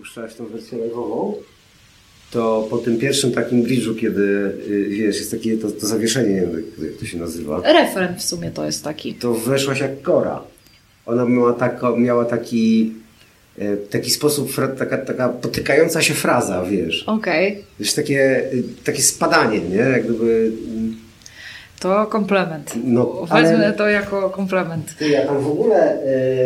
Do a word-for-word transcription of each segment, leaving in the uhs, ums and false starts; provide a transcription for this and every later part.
puszczałeś tą wersję live'ową, to po tym pierwszym takim bridge'u, kiedy wiesz, jest takie to, to zawieszenie, nie wiem jak to się nazywa. Refren w sumie to jest taki. To weszłaś jak kora. Ona miała, tako, miała taki, taki sposób, taka, taka potykająca się fraza, wiesz. Okej. Okay. Wiesz, takie, takie spadanie, nie? Jak gdyby... To komplement. No, Wezmę ale... to jako komplement. Ty, ja tam w ogóle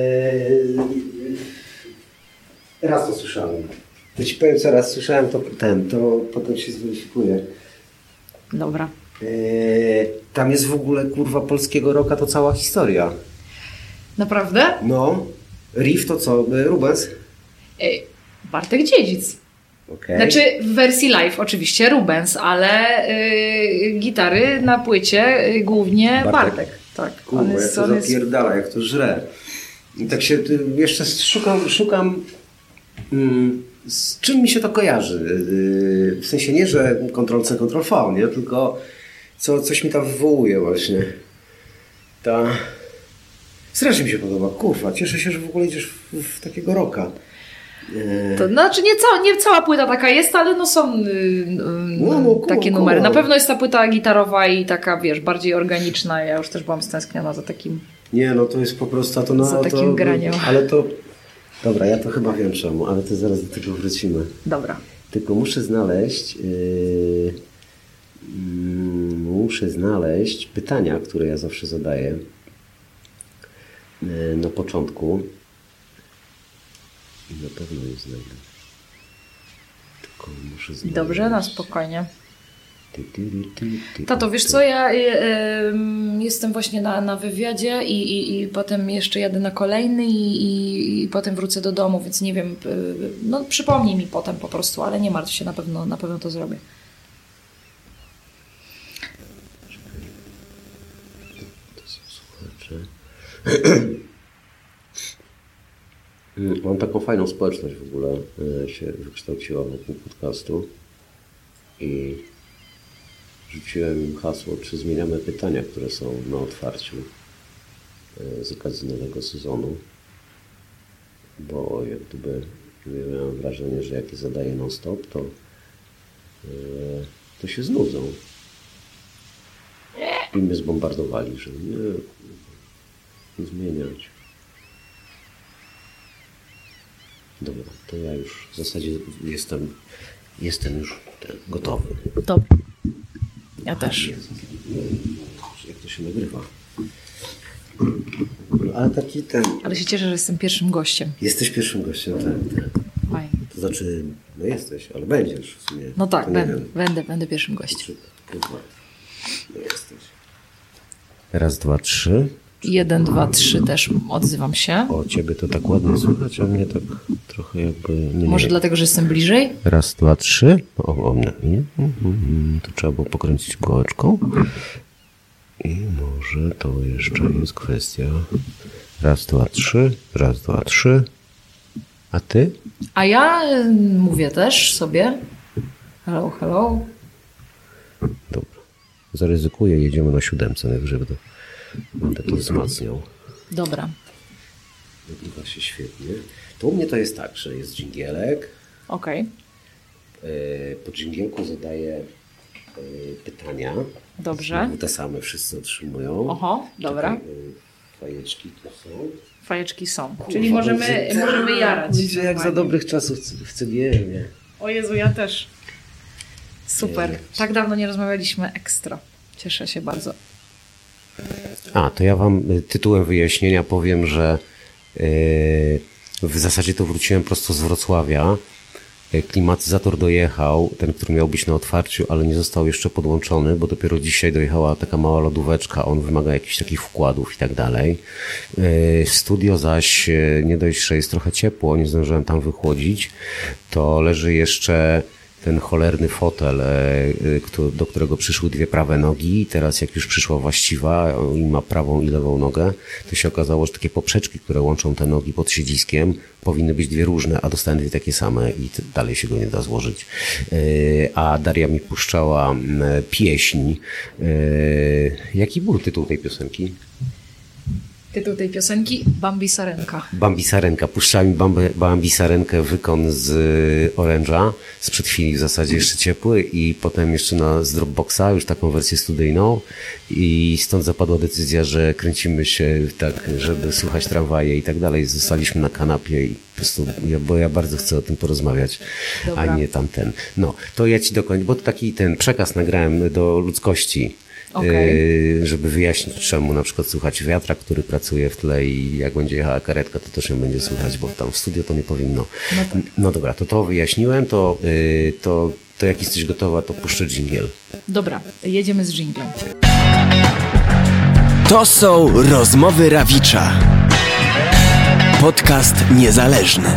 yy, raz to słyszałem. To ci powiem, co raz słyszałem, to ten, to potem się zweryfikuje. Dobra. Yy, tam jest w ogóle, kurwa, polskiego rocka to cała historia. Naprawdę? No. Riff to co? Rubens? Ej, Bartek Dziedzic. Okay. Znaczy w wersji live oczywiście Rubens, ale yy, gitary na płycie yy, głównie Bartek. Bartek. Tak. Kurwa, jak to zapierdala, jak to żre. I tak się jeszcze szukam, szukam mm, z czym mi się to kojarzy. Yy, w sensie nie, że Ctrl-C, Ctrl-V, nie? Tylko co, coś mi tam wywołuje właśnie. Ta... Strasznie mi się podoba. Kurwa, cieszę się, że w ogóle idziesz w, w takiego rocka. To znaczy nie, ca- nie cała płyta taka jest, ale no są yy, no, no, cool, takie cool. numery. Na pewno jest ta płyta gitarowa i taka, wiesz, bardziej organiczna. Ja już też byłam stęskniona za takim Nie, no to jest po prostu to... No, za takim to, graniem. Ale to... Dobra, ja to chyba wiem czemu, ale to zaraz do tego wrócimy. Dobra. Tylko muszę znaleźć... Yy, yy, muszę znaleźć pytania, które ja zawsze zadaję yy, na początku. I na pewno je znajdę. Tylko muszę znaleźć... Dobrze, na spokojnie. Tato, wiesz co, ja y, y, jestem właśnie na, na wywiadzie i, i, i potem jeszcze jadę na kolejny i, i, i potem wrócę do domu, więc nie wiem, y, no przypomnij mi potem po prostu, ale nie martw się, na pewno, na pewno to zrobię. To są słuchacze. Mam taką fajną społeczność w ogóle, się wykształciła wokół podcastu i rzuciłem im hasło, czy zmieniamy pytania, które są na otwarciu z okazji nowego sezonu, bo jak gdyby miałem wrażenie, że jak je zadaję non-stop, to, to się znudzą. I mnie zbombardowali, że nie, nie zmieniać. Dobra, to ja już w zasadzie jestem, jestem już gotowy. Dobrze. Ja też. Jak to się nagrywa? Ale taki ten... Ale się cieszę, że jestem pierwszym gościem. Jesteś pierwszym gościem, tak. tak. Fajnie. To znaczy, no jesteś, ale będziesz w sumie. No tak, będę, będę, będę pierwszym gościem. No jesteś. Raz, dwa, trzy. Jeden, dwa, trzy też odzywam się. O, ciebie to tak ładnie słychać, a mnie tak trochę jakby... Nie, Może nie. dlatego, że jestem bliżej? Raz, dwa, trzy. O, o mnie. Nie? To trzeba było pokręcić gałeczką. I może to jeszcze jest kwestia... Raz, dwa, trzy. Raz, dwa, trzy. A ty? A ja mówię też sobie. Hello, hello. Dobra. Zaryzykuję, jedziemy na siódemce najwyżej, bo będę to wzmacniał. Dobra. Nagrywa się świetnie. To u mnie to jest tak, że jest dżingielek. Okej. Okay. Po dżingielku zadaję pytania. Dobrze. Znowu te same wszyscy otrzymują. Oho, dobra. Czekaj, fajeczki tu są. Fajeczki są. Kurwa, czyli możemy, będzie, możemy jarać. Będzie jak za dobrych czasów w C G M-ie. O Jezu, ja też. Super. Nie. Tak dawno nie rozmawialiśmy ekstra. Cieszę się bardzo. A, to ja wam tytułem wyjaśnienia powiem, że yy, w zasadzie to wróciłem prosto z Wrocławia. Klimatyzator dojechał, ten, który miał być na otwarciu, ale nie został jeszcze podłączony, bo dopiero dzisiaj dojechała taka mała lodóweczka, on wymaga jakichś takich wkładów i tak dalej. W studio zaś nie dość, że jest trochę ciepło, nie zdążyłem tam wychłodzić, to leży jeszcze ten cholerny fotel, do którego przyszły dwie prawe nogi i teraz jak już przyszła właściwa i ma prawą i lewą nogę, to się okazało, że takie poprzeczki, które łączą te nogi pod siedziskiem, powinny być dwie różne, a dostałem dwie takie same i dalej się go nie da złożyć. A Daria mi puszczała pieśń. Jaki był tytuł tej piosenki? Tytuł tej piosenki Bambi Sarenka. Bambi Sarenka. Puszczała mi Bambi, Bambi Sarenkę wykon z Orange'a, sprzed chwili w zasadzie jeszcze ciepły i potem jeszcze na z Dropboxa, już taką wersję studyjną i stąd zapadła decyzja, że kręcimy się tak, żeby słuchać tramwaje i tak dalej. Zostaliśmy na kanapie i po prostu, bo ja bardzo chcę o tym porozmawiać, Dobra. a nie tamten. No, to ja ci dokończę, bo to taki ten przekaz nagrałem do ludzkości. Okay. Żeby wyjaśnić, czemu na przykład słuchać wiatra, który pracuje w tle i jak będzie jechała karetka, to też ją będzie słuchać, bo tam w studio to nie powinno. No, tak. no dobra, to to wyjaśniłem, to, to, to jak jesteś gotowa, to puszczę dżingiel. Dobra, jedziemy z dżinglem. To są Rozmowy Rawicza. Podcast niezależny.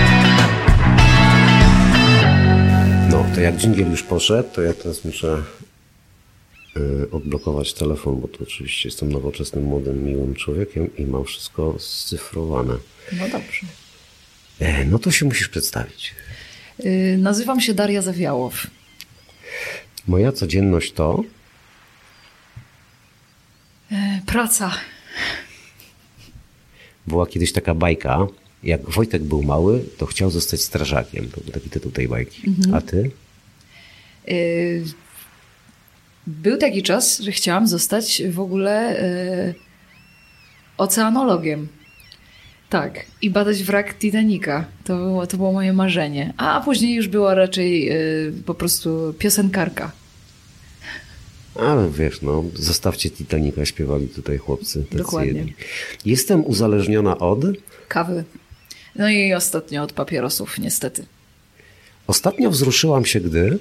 No, to jak dżingiel już poszedł, to ja teraz muszę odblokować telefon, bo to oczywiście jestem nowoczesnym, młodym, miłym człowiekiem i mam wszystko scyfrowane. No dobrze. E, no to się musisz przedstawić. Yy, nazywam się Daria Zawiałow. Moja codzienność to? Yy, praca. Była kiedyś taka bajka, jak Wojtek był mały, to chciał zostać strażakiem. To był taki tytuł tej bajki. Mhm. A ty? Yy... Był taki czas, że chciałam zostać w ogóle e, oceanologiem. Tak. I badać wrak Titanica. To było, to było moje marzenie. A później już była raczej e, po prostu piosenkarka. Ale wiesz, no, zostawcie Titanica, śpiewali tutaj chłopcy. Dokładnie. Jedni. Jestem uzależniona od? Kawy. No i ostatnio od papierosów, niestety. Ostatnio wzruszyłam się, gdy...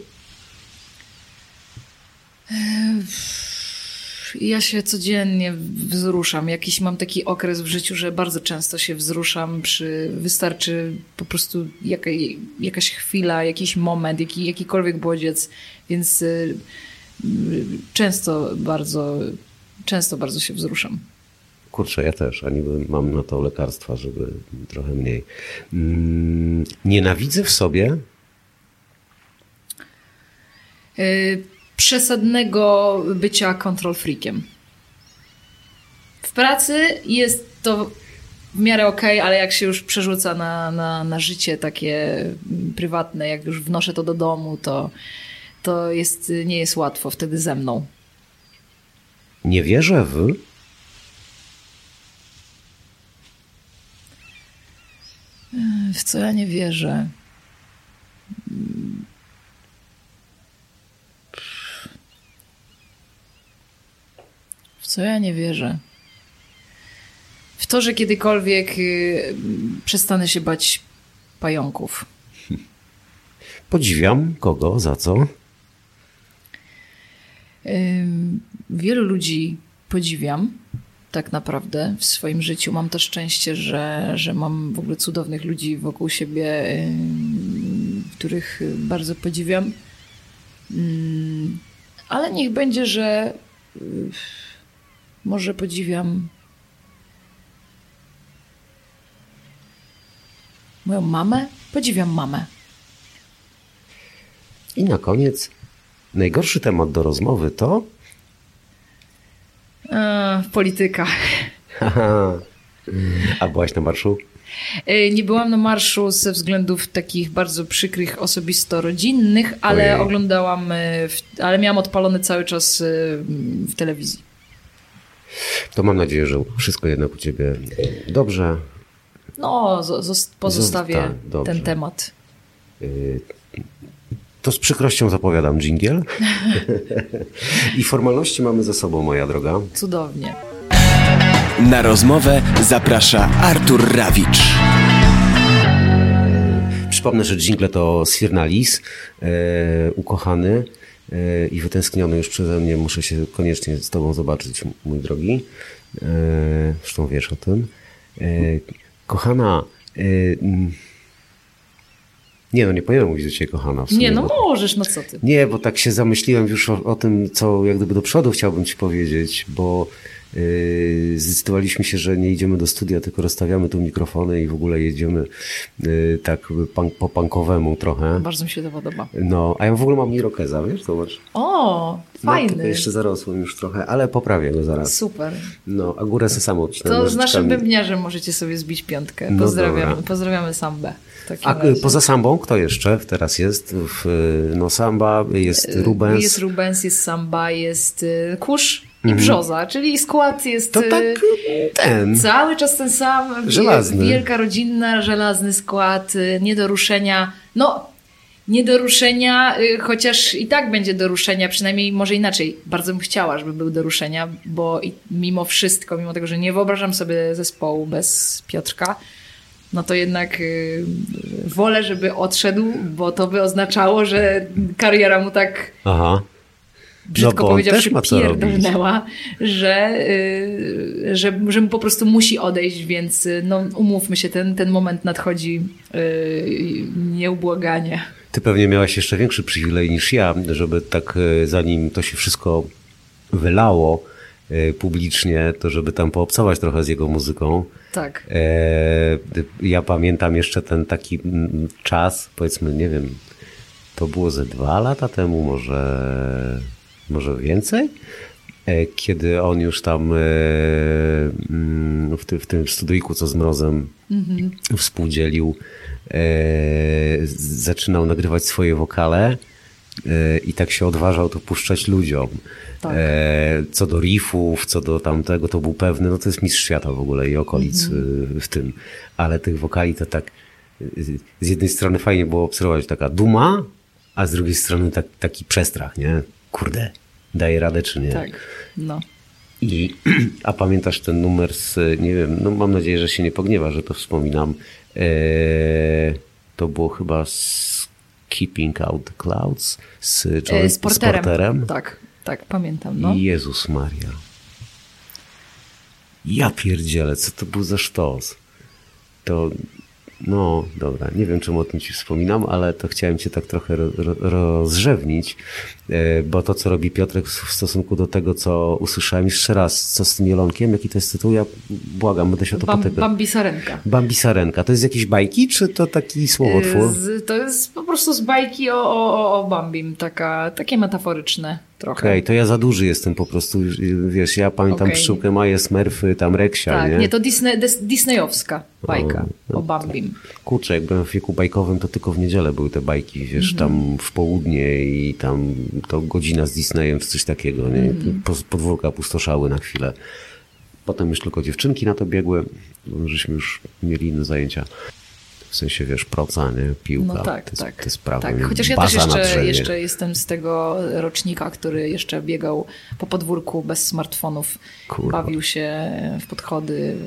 Ja się codziennie wzruszam. Jakiś mam taki okres w życiu, że bardzo często się wzruszam. Przy, wystarczy po prostu jaka, jakaś chwila, jakiś moment, jaki, jakikolwiek bodziec. Więc y, często bardzo, często bardzo się wzruszam. Kurczę, ja też, a niby mam na to lekarstwa, żeby trochę mniej. Mm, nienawidzę w sobie... Y, przesadnego bycia control freakiem. W pracy jest to w miarę okej, okay, ale jak się już przerzuca na, na, na życie takie prywatne, jak już wnoszę to do domu, to, to jest, nie jest łatwo wtedy ze mną. Nie wierzę w... W co ja nie wierzę? W co ja nie wierzę? W to, że kiedykolwiek y, przestanę się bać pająków. Podziwiam. Kogo? Za co? Y, wielu ludzi podziwiam tak naprawdę w swoim życiu. Mam to szczęście, że, że mam w ogóle cudownych ludzi wokół siebie, y, których bardzo podziwiam. Y, ale niech będzie, że y, może podziwiam moją mamę? Podziwiam mamę. I na koniec najgorszy temat do rozmowy to? E, polityka. A byłaś na marszu? E, nie byłam na marszu ze względów takich bardzo przykrych, osobisto-rodzinnych, ale Ojej. oglądałam, w, ale miałam odpalony cały czas w telewizji. To mam nadzieję, że wszystko jednak u ciebie dobrze. No, pozostawię Zosta- ten temat. To z przykrością zapowiadam dżingiel. I formalności mamy za sobą, moja droga. Cudownie. Na rozmowę zaprasza Artur Rawicz. Przypomnę, że dżingle to Sfirnalis, e, ukochany e, i wytęskniony już przeze mnie. Muszę się koniecznie z tobą zobaczyć, mój drogi. E, zresztą wiesz o tym. E, kochana... E, Nie, no nie powinienem mówić do ciebie kochana w sumie. Nie, no bo... możesz, no co ty. Nie, bo tak się zamyśliłem już o, o tym, co jak gdyby do przodu chciałbym ci powiedzieć, bo yy, zdecydowaliśmy się, że nie idziemy do studia, tylko rozstawiamy tu mikrofony i w ogóle jedziemy yy, tak pan, po punkowemu trochę. Bardzo mi się to podoba. No, a ja w ogóle mam irokeza, wiesz, zobacz. O, fajny. No, jeszcze zarosłem już trochę, ale poprawię go zaraz. Super. No, a górę se samo odcinam. To z naszym bębniarzem możecie sobie zbić piątkę. Pozdrawiamy, no pozdrawiamy Sambę. A razie. Poza Sambą, kto jeszcze teraz jest? W, no Samba, jest Rubens. Jest Rubens, jest Samba, jest Kusz i Brzoza, mm. czyli skład jest to tak ten. Cały czas ten sam. Żelazny. Wielka rodzinna, żelazny skład, nie do ruszenia. No, nie do ruszenia, chociaż i tak będzie do ruszenia, przynajmniej może inaczej. Bardzo bym chciała, żeby był do ruszenia, bo mimo wszystko, mimo tego, że nie wyobrażam sobie zespołu bez Piotrka, no to jednak y, wolę, żeby odszedł, bo to by oznaczało, że kariera mu tak Aha. brzydko no, powiedziawszy pierdolnęła, że, y, że, że mu po prostu musi odejść, więc no, umówmy się, ten, ten moment nadchodzi y, nieubłaganie. Ty pewnie miałaś jeszcze większy przywilej niż ja, żeby tak zanim to się wszystko wylało publicznie, to żeby tam poobcować trochę z jego muzyką. Tak. E, ja pamiętam jeszcze ten taki czas, powiedzmy, nie wiem, to było ze dwa lata temu, może, może więcej, e, kiedy on już tam e, w, ty, w tym studyjku, co z Mrozem mm-hmm. współdzielił, e, zaczynał nagrywać swoje wokale e, i tak się odważał to puszczać ludziom. Tak. E, co do riffów, co do tamtego, to był pewny, no to jest mistrz świata w ogóle i okolic mm-hmm. w tym. Ale tych wokali to tak z jednej strony fajnie było obserwować taka duma, a z drugiej strony tak, taki przestrach, nie? Kurde, daje radę czy nie? Tak, no. I, a pamiętasz ten numer z, nie wiem, no mam nadzieję, że się nie pogniewa, że to wspominam. E, to było chyba z Keeping Out the Clouds z Johnem z Porterem. Z Porterem. Tak. Tak, pamiętam, no. Jezus Maria. Ja pierdzielę, co to był za sztos. To, no dobra, nie wiem czemu o tym ci wspominam, ale to chciałem cię tak trochę ro, ro, rozrzewnić, bo to, co robi Piotrek w stosunku do tego, co usłyszałem jeszcze raz, co z tym Jelonkiem, jaki to jest tytuł, ja błagam, będę się o to Bam, potykał. Bambi Sarenka. Bambi Sarenka. To jest jakieś bajki, czy to taki słowotwór? Z, to jest po prostu z bajki o, o, o Bambim, taka, takie metaforyczne trochę. Okej, okay, to ja za duży jestem po prostu, wiesz, ja pamiętam okay. Pszczółkę Maję, Smurfy, tam Reksia, tak, nie? nie, to Disney, disneyowska bajka o, no, o Bambim. Kurczę, jak byłem w wieku bajkowym, to tylko w niedzielę były te bajki, wiesz, mm-hmm. tam w południe i tam to godzina z Disneyem, czy coś takiego, nie? Mm-hmm. Podwórka pustoszały na chwilę. Potem już tylko dziewczynki na to biegły, żeśmy już mieli inne zajęcia. W sensie, wiesz, proca, nie? Piłka, no tak, te, tak, te sprawy. Tak. Chociaż ja też jeszcze, jeszcze jestem z tego rocznika, który jeszcze biegał po podwórku bez smartfonów. Kurwa. Bawił się w podchody,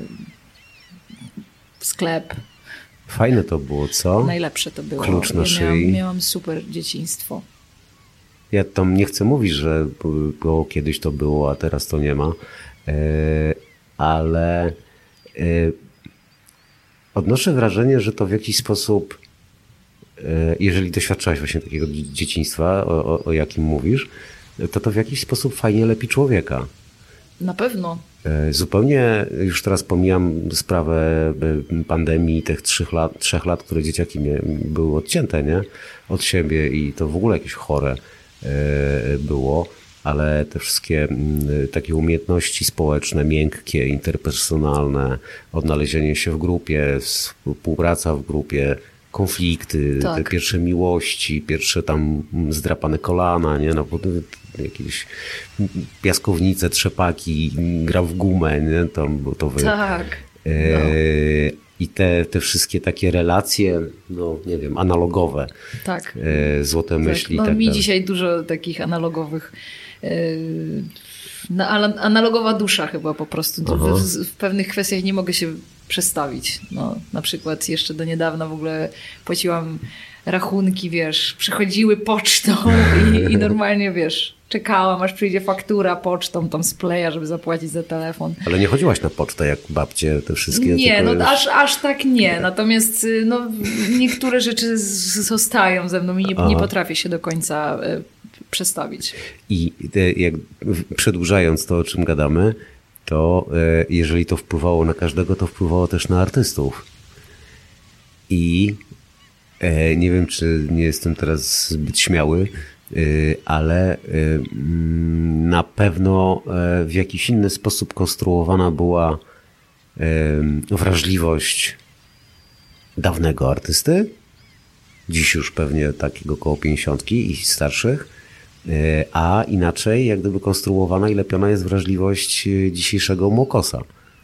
w sklep. Fajne to było, co? Najlepsze to było. Klucz na ja szyi. Miałam, miałam super dzieciństwo. Ja tam nie chcę mówić, że było, kiedyś to było, a teraz to nie ma. Yy, ale... Yy, Odnoszę wrażenie, że to w jakiś sposób, jeżeli doświadczałeś właśnie takiego dzieciństwa, o, o, o jakim mówisz, to to w jakiś sposób fajnie lepi człowieka. Na pewno. Zupełnie już teraz pomijam sprawę pandemii, tych trzech lat, trzech lat, które dzieciaki były odcięte, nie? Od siebie i to w ogóle jakieś chore było. Ale te wszystkie takie umiejętności społeczne, miękkie, interpersonalne, odnalezienie się w grupie, współpraca w grupie, konflikty, tak. Te pierwsze miłości, pierwsze tam zdrapane kolana, nie? No, jakieś piaskownice, trzepaki, gra w gumę, nie? Tam, to wy... Tak. No. E, I te, te wszystkie takie relacje, no nie wiem, analogowe. Tak. E, złote tak. myśli. No tak mi dalej. dzisiaj dużo takich analogowych Yy, analogowa dusza chyba po prostu. W, w pewnych kwestiach nie mogę się przestawić. No, na przykład jeszcze do niedawna w ogóle płaciłam rachunki, wiesz, przychodziły pocztą i, i normalnie, wiesz, czekałam, aż przyjdzie faktura pocztą tam z Playa, żeby zapłacić za telefon. Ale nie chodziłaś na pocztę jak babcie te wszystkie? Nie, no już... aż, aż tak nie. Natomiast no, niektóre rzeczy zostają ze mną i nie, nie potrafię się do końca przestawić. I jak przedłużając to, o czym gadamy, to jeżeli to wpływało na każdego, to wpływało też na artystów. I nie wiem, czy nie jestem teraz zbyt śmiały, ale na pewno w jakiś inny sposób konstruowana była wrażliwość dawnego artysty, dziś już pewnie takiego koło pięćdziesiątki i starszych, a inaczej jak gdyby konstruowana i lepiona jest wrażliwość dzisiejszego młokosa.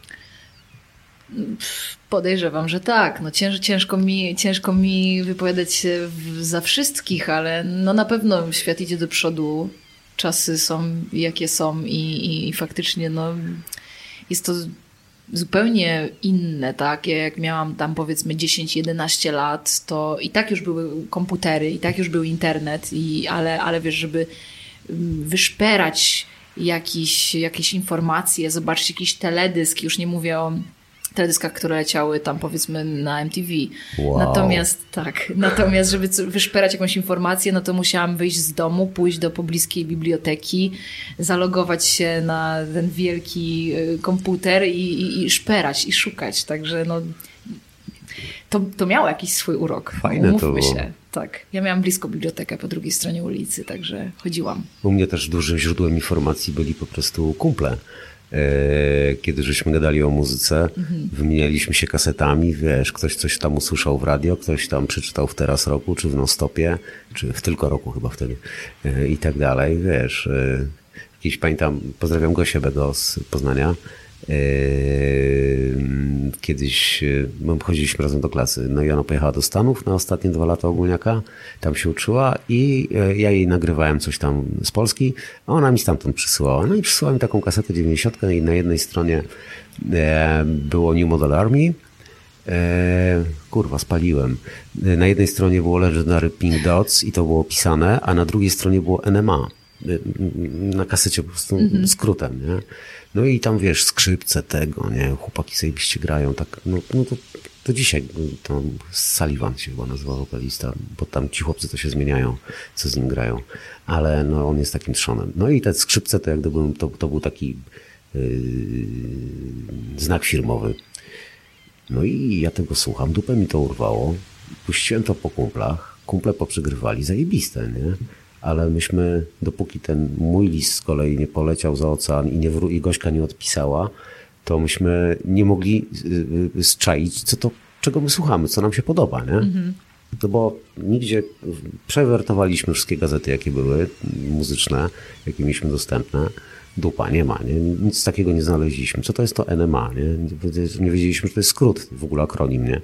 Podejrzewam, że tak. No cięż, ciężko, mi, ciężko mi wypowiadać się w, za wszystkich, ale no na pewno świat idzie do przodu. Czasy są jakie są i, i, i faktycznie no, jest to zupełnie inne, tak? Ja jak miałam tam powiedzmy dziesięć jedenaście lat, to i tak już były komputery, i tak już był internet, i, ale, ale wiesz, żeby wyszperać jakiś, jakieś informacje, zobaczyć jakiś teledysk, już nie mówię o teledyskach, które leciały tam powiedzmy na M T V. Wow. Natomiast tak, natomiast żeby wyszperać jakąś informację, no to musiałam wyjść z domu, pójść do pobliskiej biblioteki, zalogować się na ten wielki komputer i, i, i szperać i szukać. Także no to, to miało jakiś swój urok. Fajne to było. się. Tak. Ja miałam blisko bibliotekę po drugiej stronie ulicy, także chodziłam. U mnie też dużym źródłem informacji byli po prostu kumple. Kiedy żeśmy gadali o muzyce, mhm. wymienialiśmy się kasetami, wiesz, ktoś coś tam usłyszał w radio, ktoś tam przeczytał w Teraz Roku, czy w Non-Stopie, czy w Tylko Roku chyba wtedy i tak dalej, wiesz. Jakiś, pamiętam, pozdrawiam Gosię Bego z Poznania. Kiedyś my chodziliśmy razem do klasy, no i ona pojechała do Stanów na ostatnie dwa lata ogólniaka, tam się uczyła i ja jej nagrywałem coś tam z Polski, a ona mi stamtąd przysyłała. No i przysyłała mi taką kasetę dziewięćdziesiątkę i na jednej stronie było New Model Army. Kurwa, spaliłem. Na jednej stronie było Legendary Pink Dots i to było opisane, a na drugiej stronie było N M A. Na kasecie po prostu mm-hmm. skrótem, nie? No i tam wiesz, skrzypce tego, nie? Chłopaki zajebiście grają, tak, no, no to, to dzisiaj tam Sullivan się chyba nazywa wokalista, bo tam ci chłopcy to się zmieniają, co z nim grają, ale no on jest takim trzonem. No i te skrzypce to jak gdyby, to, to był taki yy, znak firmowy. No i ja tego słucham, dupę mi to urwało, puściłem to po kumplach, kumple poprzygrywali, zajebiste, nie? Ale myśmy, dopóki ten mój list z kolei nie poleciał za ocean i, nie wró- i Gośka nie odpisała, to myśmy nie mogli y, y, zczaić, co to, czego my słuchamy, co nam się podoba, nie? Mm-hmm. No bo nigdzie przewertowaliśmy wszystkie gazety, jakie były, muzyczne, jakie mieliśmy dostępne. Dupa, nie ma, nie? Nic takiego nie znaleźliśmy. Co to jest to N M A, nie? Nie wiedzieliśmy, że to jest skrót, w ogóle akronim, nie?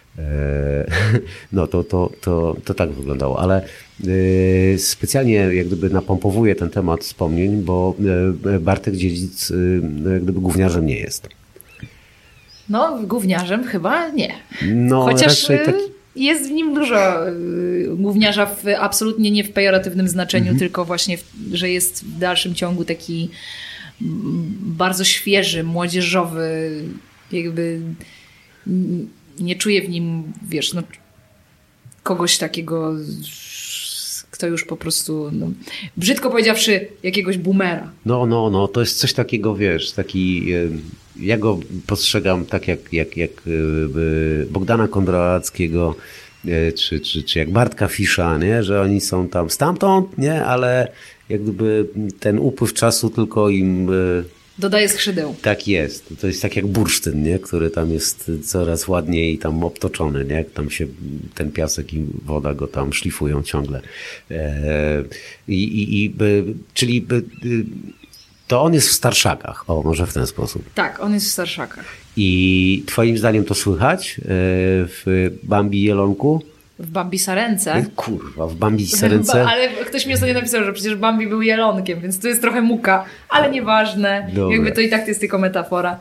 No to, to, to, to tak wyglądało, ale specjalnie jak gdyby napompowuję ten temat wspomnień, bo Bartek Dziedzic jak gdyby gówniarzem nie jest. No, gówniarzem chyba nie. No, chociaż taki... jest w nim dużo gówniarza w, absolutnie nie w pejoratywnym znaczeniu, mhm. tylko właśnie, w, że jest w dalszym ciągu taki bardzo świeży, młodzieżowy, jakby nie czuję w nim, wiesz, no, kogoś takiego, kto już po prostu, no, brzydko powiedziawszy, jakiegoś boomera. No, no, no, to jest coś takiego, wiesz, taki, ja go postrzegam tak jak, jak, jak Bogdana Kondrackiego, czy, czy, czy jak Bartka Fisza, nie, że oni są tam stamtąd, nie, ale jak gdyby ten upływ czasu tylko im... dodaje skrzydeł. Tak jest. To jest tak jak bursztyn, nie? Który tam jest coraz ładniej tam obtoczony, nie? Jak tam się ten piasek i woda go tam szlifują ciągle. I, i, i, czyli to on jest w Starszakach. O, może w ten sposób. Tak, on jest w Starszakach. I twoim zdaniem to słychać w Bambi Jelonku? W Bambi Sarence. Kurwa, w Bambi Sarence. Ale ktoś mi ostatnio napisał, że przecież Bambi był jelonkiem, więc to jest trochę muka, ale nieważne. Dobra. Jakby to i tak to jest tylko metafora.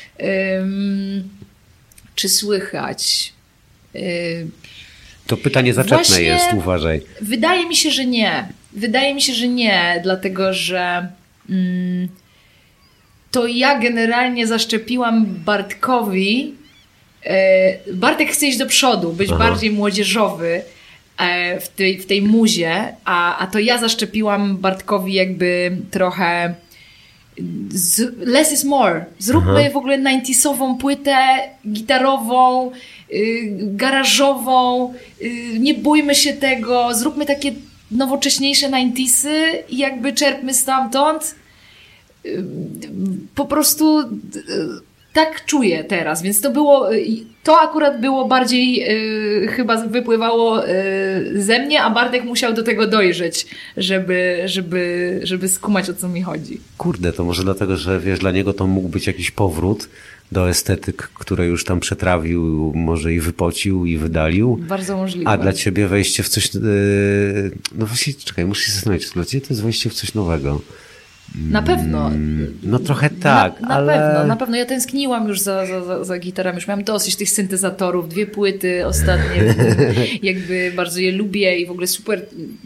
Um, czy słychać? Um, to pytanie zaczepne jest, uważaj. Wydaje mi się, że nie. Wydaje mi się, że nie, dlatego że um, to ja generalnie zaszczepiłam Bartkowi. Bartek chce iść do przodu, być Aha. bardziej młodzieżowy w tej, w tej muzie, a, a to ja zaszczepiłam Bartkowi jakby trochę z, less is more. Zróbmy Aha. w ogóle dziewięćdziesiątą płytę gitarową, yy, garażową, yy, nie bójmy się tego, zróbmy takie nowocześniejsze dziewięćdziesiąte i jakby czerpmy stamtąd. Yy, po prostu yy, tak czuję teraz, więc to było, to akurat było bardziej yy, chyba wypływało yy, ze mnie, a Bartek musiał do tego dojrzeć, żeby, żeby, żeby skumać, o co mi chodzi. Kurde, to może dlatego, że wiesz, dla niego to mógł być jakiś powrót do estetyk, które już tam przetrawił, może i wypocił i wydalił. Bardzo możliwe. A dla ciebie wejście w coś, yy, no właśnie, czekaj, muszę się zastanowić, czy dla ciebie to jest wejście w coś nowego. Na pewno. No trochę tak, na, na ale... pewno, na pewno. Ja tęskniłam już za, za, za, za gitarami, już miałam dosyć tych syntezatorów, dwie płyty ostatnie, jakby bardzo je lubię i w ogóle super.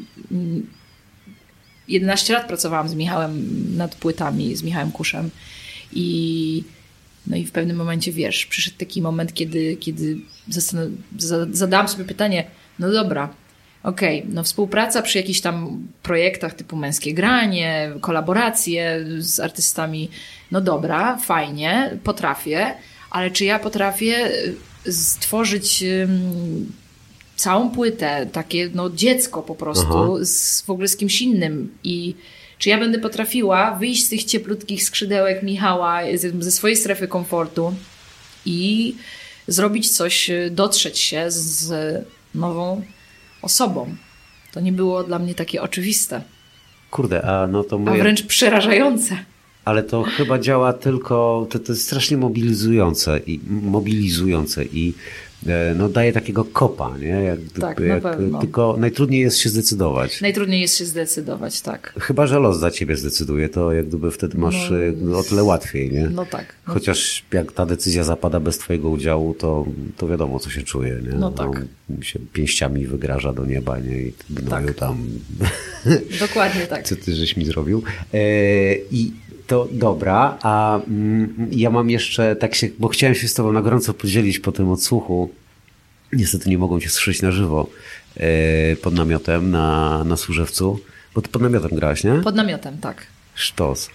jedenaście lat pracowałam z Michałem nad płytami, z Michałem Kuszem i no i w pewnym momencie, wiesz, przyszedł taki moment, kiedy, kiedy zastan- zadałam sobie pytanie, no dobra, okej, okay, no współpraca przy jakichś tam projektach typu Męskie Granie, kolaboracje z artystami, no dobra, fajnie, potrafię, ale czy ja potrafię stworzyć um, całą płytę, takie no dziecko po prostu, z, w ogóle z kimś innym i czy ja będę potrafiła wyjść z tych cieplutkich skrzydełek Michała, ze, ze swojej strefy komfortu i zrobić coś, dotrzeć się z nową osobą. To nie było dla mnie takie oczywiste. Kurde, a no to moje... A wręcz przerażające. Ale to chyba działa tylko, to, to jest strasznie mobilizujące i mobilizujące i no daje takiego kopa, nie? Jak, tak, jak, na pewno. Tylko najtrudniej jest się zdecydować. Najtrudniej jest się zdecydować, tak. Chyba że los za ciebie zdecyduje, to jak gdyby wtedy masz no, o tyle łatwiej, nie? No tak. No Chociaż jak ta decyzja zapada bez twojego udziału, to, to wiadomo, co się czuje, nie? No tak. No, się pięściami wygraża do nieba, nie? I no tak. tam... Dokładnie tak. Co ty żeś mi zrobił? E, I to dobra, a mm, ja mam jeszcze, tak się, bo chciałem się z tobą na gorąco podzielić po tym odsłuchu. Niestety nie mogą cię słyszeć na żywo e, pod namiotem na, na Służewcu, bo ty pod namiotem grałaś, nie? Pod namiotem, tak. Sztos.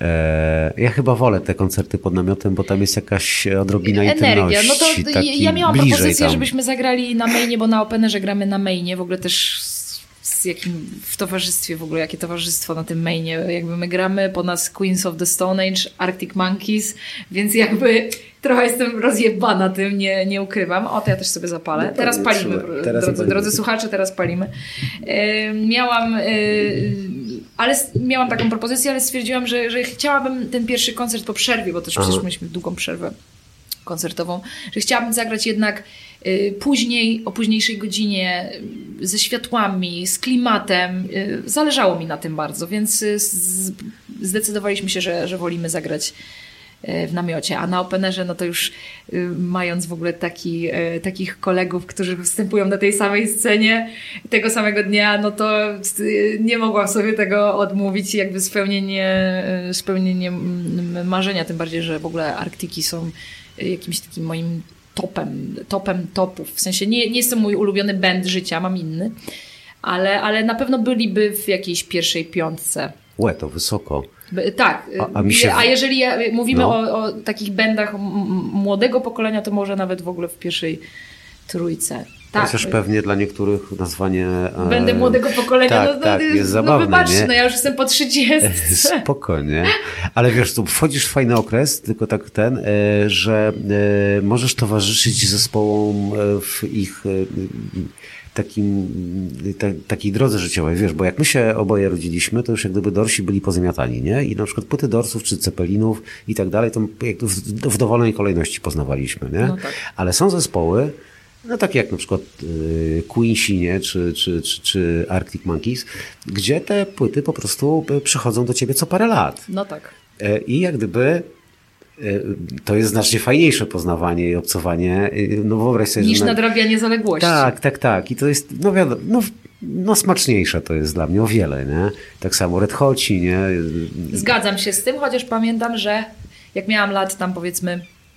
E, ja chyba wolę te koncerty pod namiotem, bo tam jest jakaś odrobina energia. intymności. No to ja miałam propozycję, tam. żebyśmy zagrali na mainie, bo na openerze gramy na mainie, w ogóle też z jakim w towarzystwie w ogóle, jakie towarzystwo na tym mainie, jakby my gramy, po nas Queens of the Stone Age, Arctic Monkeys, więc jakby trochę jestem rozjebana tym, nie, nie ukrywam. O, to ja też sobie zapalę. No, teraz palimy, teraz drodzy, drodzy słuchacze, teraz palimy. Yy, miałam yy, ale miałam taką propozycję, ale stwierdziłam, że, że chciałabym ten pierwszy koncert po przerwie, bo też Aha. przecież mieliśmy długą przerwę koncertową, że chciałabym zagrać jednak y, później, o późniejszej godzinie, y, ze światłami, z klimatem. Y, zależało mi na tym bardzo, więc y, z, zdecydowaliśmy się, że, że wolimy zagrać y, w namiocie. A na openerze, no to już y, mając w ogóle taki, y, takich kolegów, którzy występują na tej samej scenie tego samego dnia, no to y, nie mogłam sobie tego odmówić. Jakby spełnienie, y, spełnienie marzenia, tym bardziej, że w ogóle Arktiki są jakimś takim moim topem, topem topów. W sensie nie, nie jest to mój ulubiony band życia, mam inny, ale, ale na pewno byliby w jakiejś pierwszej piątce. Łe, to wysoko. By, tak. A, a, mi się... a jeżeli ja, mówimy no. o, o takich bandach m- młodego pokolenia, to może nawet w ogóle w pierwszej trójce. Tak. Chociaż pewnie dla niektórych nazwanie... Będę młodego pokolenia. Tak, no, tak, jest no, zabawne, no wybaczcie, nie? no ja już jestem po trzydziestce. Spokojnie. Ale wiesz, tu wchodzisz w fajny okres, tylko tak ten, że możesz towarzyszyć zespołom w ich takim, ta, takiej drodze życiowej, wiesz, bo jak my się oboje rodziliśmy, to już jak gdyby Dorsi byli pozamiatani, nie? I na przykład płyty Dorsów czy Cepelinów i tak dalej, to jak w, w dowolnej kolejności poznawaliśmy, nie? No tak. Ale są zespoły, no takie jak na przykład y, Queensi, nie? Czy, czy, czy, czy Arctic Monkeys, gdzie te płyty po prostu przychodzą do ciebie co parę lat. No tak. Y, I jak gdyby to jest znacznie fajniejsze poznawanie i obcowanie. No wyobraź sobie, niż że na... nadrabianie zaległości. Tak, tak, tak. I to jest, no wiadomo, no, no smaczniejsze to jest dla mnie o wiele, nie? Tak samo Red Hoci, nie? Zgadzam się z tym, chociaż pamiętam, że jak miałam lat tam powiedzmy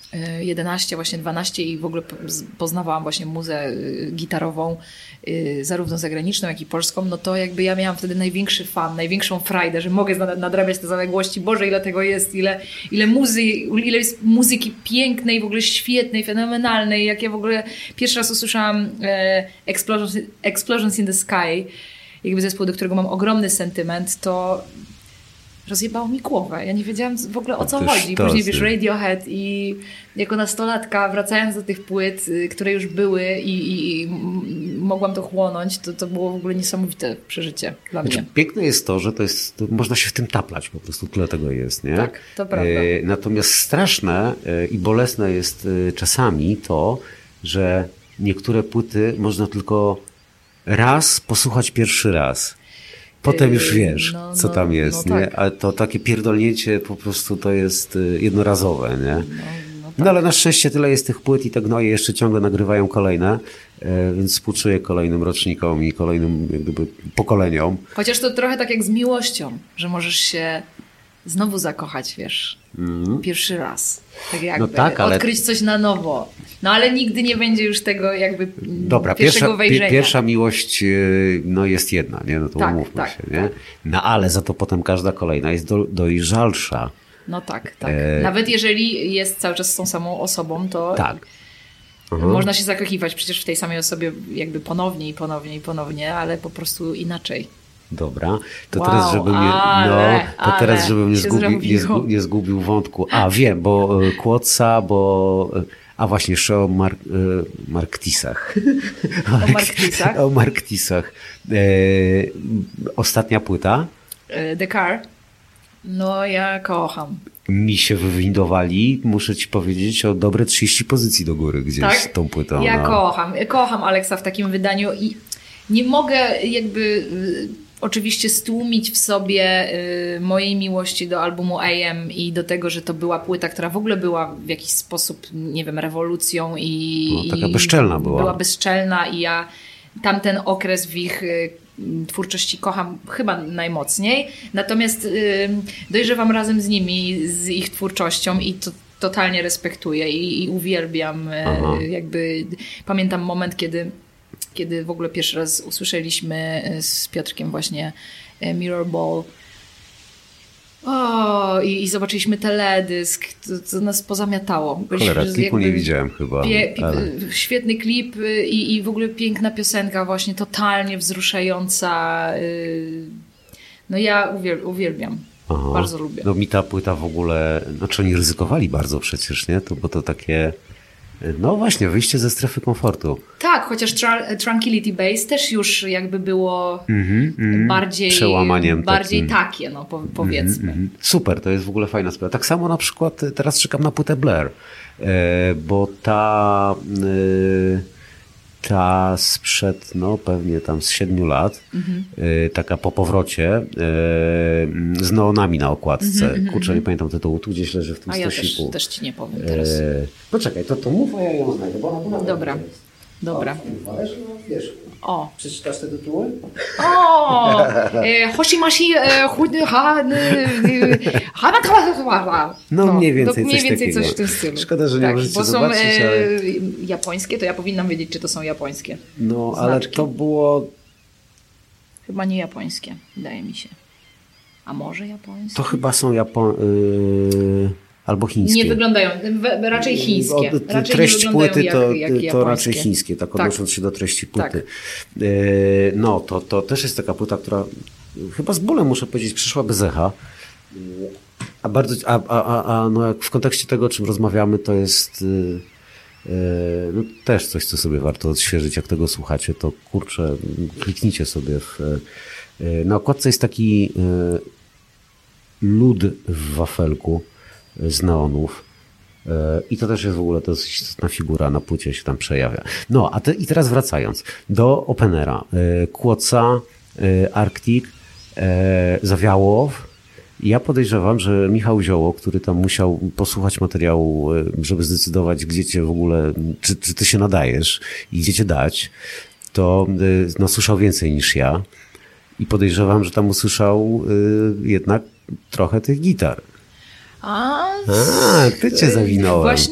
jedenaście, właśnie dwanaście i w ogóle poznawałam właśnie muzę gitarową, zarówno zagraniczną, jak i polską, no to jakby ja miałam wtedy największy fan, największą frajdę, że mogę nadrabiać te zaległości. Boże, ile tego jest, ile, ile muzy, ile jest muzyki pięknej, w ogóle świetnej, fenomenalnej. Jak ja w ogóle pierwszy raz usłyszałam e, Explosions, Explosions in the Sky, jakby zespół, do którego mam ogromny sentyment, to rozjebało mi głowę. Ja nie wiedziałam w ogóle o co chodzi. Później wiesz, Radiohead i jako nastolatka wracając do tych płyt, które już były i, i, i mogłam to chłonąć, to, to było w ogóle niesamowite przeżycie dla znaczy, mnie. Piękne jest to, że to jest, to można się w tym taplać, po prostu tyle tego jest, nie? Tak, to prawda. E, natomiast straszne e, i bolesne jest e, czasami to, że niektóre płyty można tylko raz posłuchać pierwszy raz. Potem już wiesz, no, co no, tam jest, no nie? tak. Ale to takie pierdolnięcie po prostu to jest jednorazowe, nie? No, no, tak. No ale na szczęście tyle jest tych płyt i te gnoje jeszcze ciągle nagrywają kolejne, więc współczuję kolejnym rocznikom i kolejnym jak gdyby pokoleniom. Chociaż to trochę tak jak z miłością, że możesz się znowu zakochać, wiesz, mm. pierwszy raz. Tak jakby, no tak, ale... odkryć coś na nowo. No ale nigdy nie będzie już tego jakby Dobra, pierwszego pierwsza, wejrzenia. Pi- pierwsza miłość no jest jedna, nie? No to tak, umówmy tak, się, nie? tak. No ale za to potem każda kolejna jest do, dojrzalsza. No tak, tak. E... Nawet jeżeli jest cały czas z tą samą osobą, to tak. można się zakochiwać przecież w tej samej osobie jakby ponownie i ponownie i ponownie, ale po prostu inaczej. Dobra, to wow, teraz, żebym nie, ale, no, to teraz, żebym nie zgubił, nie, zrobiło. nie zgubił wątku. A, wiem, bo Kłodca, bo... A właśnie, jeszcze o Mar- Marktisach. O Marktisach? O Marktisach. E, ostatnia płyta. The Car. No, ja kocham. Mi się wywindowali, muszę ci powiedzieć, o dobre trzydzieści pozycji do góry gdzieś tak? tą płytą. Ja no. kocham. Kocham Alexa w takim wydaniu i nie mogę jakby... oczywiście stłumić w sobie y, mojej miłości do albumu A M i do tego, że to była płyta, która w ogóle była w jakiś sposób, nie wiem, rewolucją i... No, taka bezczelna była. Była bezczelna i ja tamten okres w ich y, twórczości kocham chyba najmocniej. Natomiast y, dojrzewam razem z nimi, z ich twórczością i to totalnie respektuję i, i uwielbiam. Y, jakby pamiętam moment, kiedy kiedy w ogóle pierwszy raz usłyszeliśmy z Piotrkiem właśnie Mirror Ball. O, i, i zobaczyliśmy teledysk, to, to nas pozamiatało. Cholera, klipu nie widziałem chyba. Pie, pie, ale... Świetny klip i, i w ogóle piękna piosenka, właśnie totalnie wzruszająca. No ja uwiel, uwielbiam. Aha. Bardzo lubię. No mi ta płyta w ogóle, znaczy oni ryzykowali bardzo przecież, nie? To, bo to takie... No właśnie, wyjście ze strefy komfortu. Tak, chociaż tra- Tranquility Base też już jakby było mm-hmm, mm, bardziej, przełamaniem bardziej takim. takie, no po, powiedzmy. Mm-hmm. Super, to jest w ogóle fajna sprawa. Tak samo na przykład teraz czekam na płytę Blair, e, bo ta e, ta sprzed, no pewnie tam z siedmiu lat, mm-hmm. e, taka po powrocie e, z neonami na okładce. Mm-hmm, Kurczę, mm-hmm. nie pamiętam tytułu, tu gdzieś leży w tym a ja stosiku. też, też ci nie powiem teraz. E, poczekaj, to, to mów, a ja ją znajdę, bo ona Dobra, dobra. O, wiesz, o. Przeczytasz te tytuły? O! E, Hoshimashi e, chudy, ha, ha, No mniej więcej, mniej coś, więcej coś w tym stylu. Szkoda, że nie tak, możecie bo są zobaczyć, e, ale... japońskie, to ja powinnam wiedzieć, czy to są japońskie. No, znaczki. ale to było... Chyba nie japońskie, wydaje mi się. A może japońskie? To chyba są Japo... Yy... albo chińskie. Nie wyglądają, raczej chińskie. O, raczej treść nie płyty jak, to, jak to raczej chińskie, tak odnosząc tak. się do treści płyty. Tak. No, to, to też jest taka płyta, która chyba z bólem, muszę powiedzieć, przyszła bez echa. A, bardzo, a, a, a, a no jak w kontekście tego, o czym rozmawiamy, to jest yy, no, też coś, co sobie warto odświeżyć. Jak tego słuchacie, to kurczę, kliknijcie sobie. W, yy, na okładce jest taki yy, lód w wafelku z neonów. I to też jest w ogóle dosyć istotna figura, na płycie się tam przejawia. No, a te, i teraz wracając do openera. Kłoca, Arctic, Zawiałow. Ja podejrzewam, że Michał Zioło, który tam musiał posłuchać materiału, żeby zdecydować, gdzie cię w ogóle, czy, czy ty się nadajesz i gdzie cię dać, to no, słyszał więcej niż ja. I podejrzewam, że tam usłyszał jednak trochę tych gitar. A, A, ty cię zawinąłem. Właśnie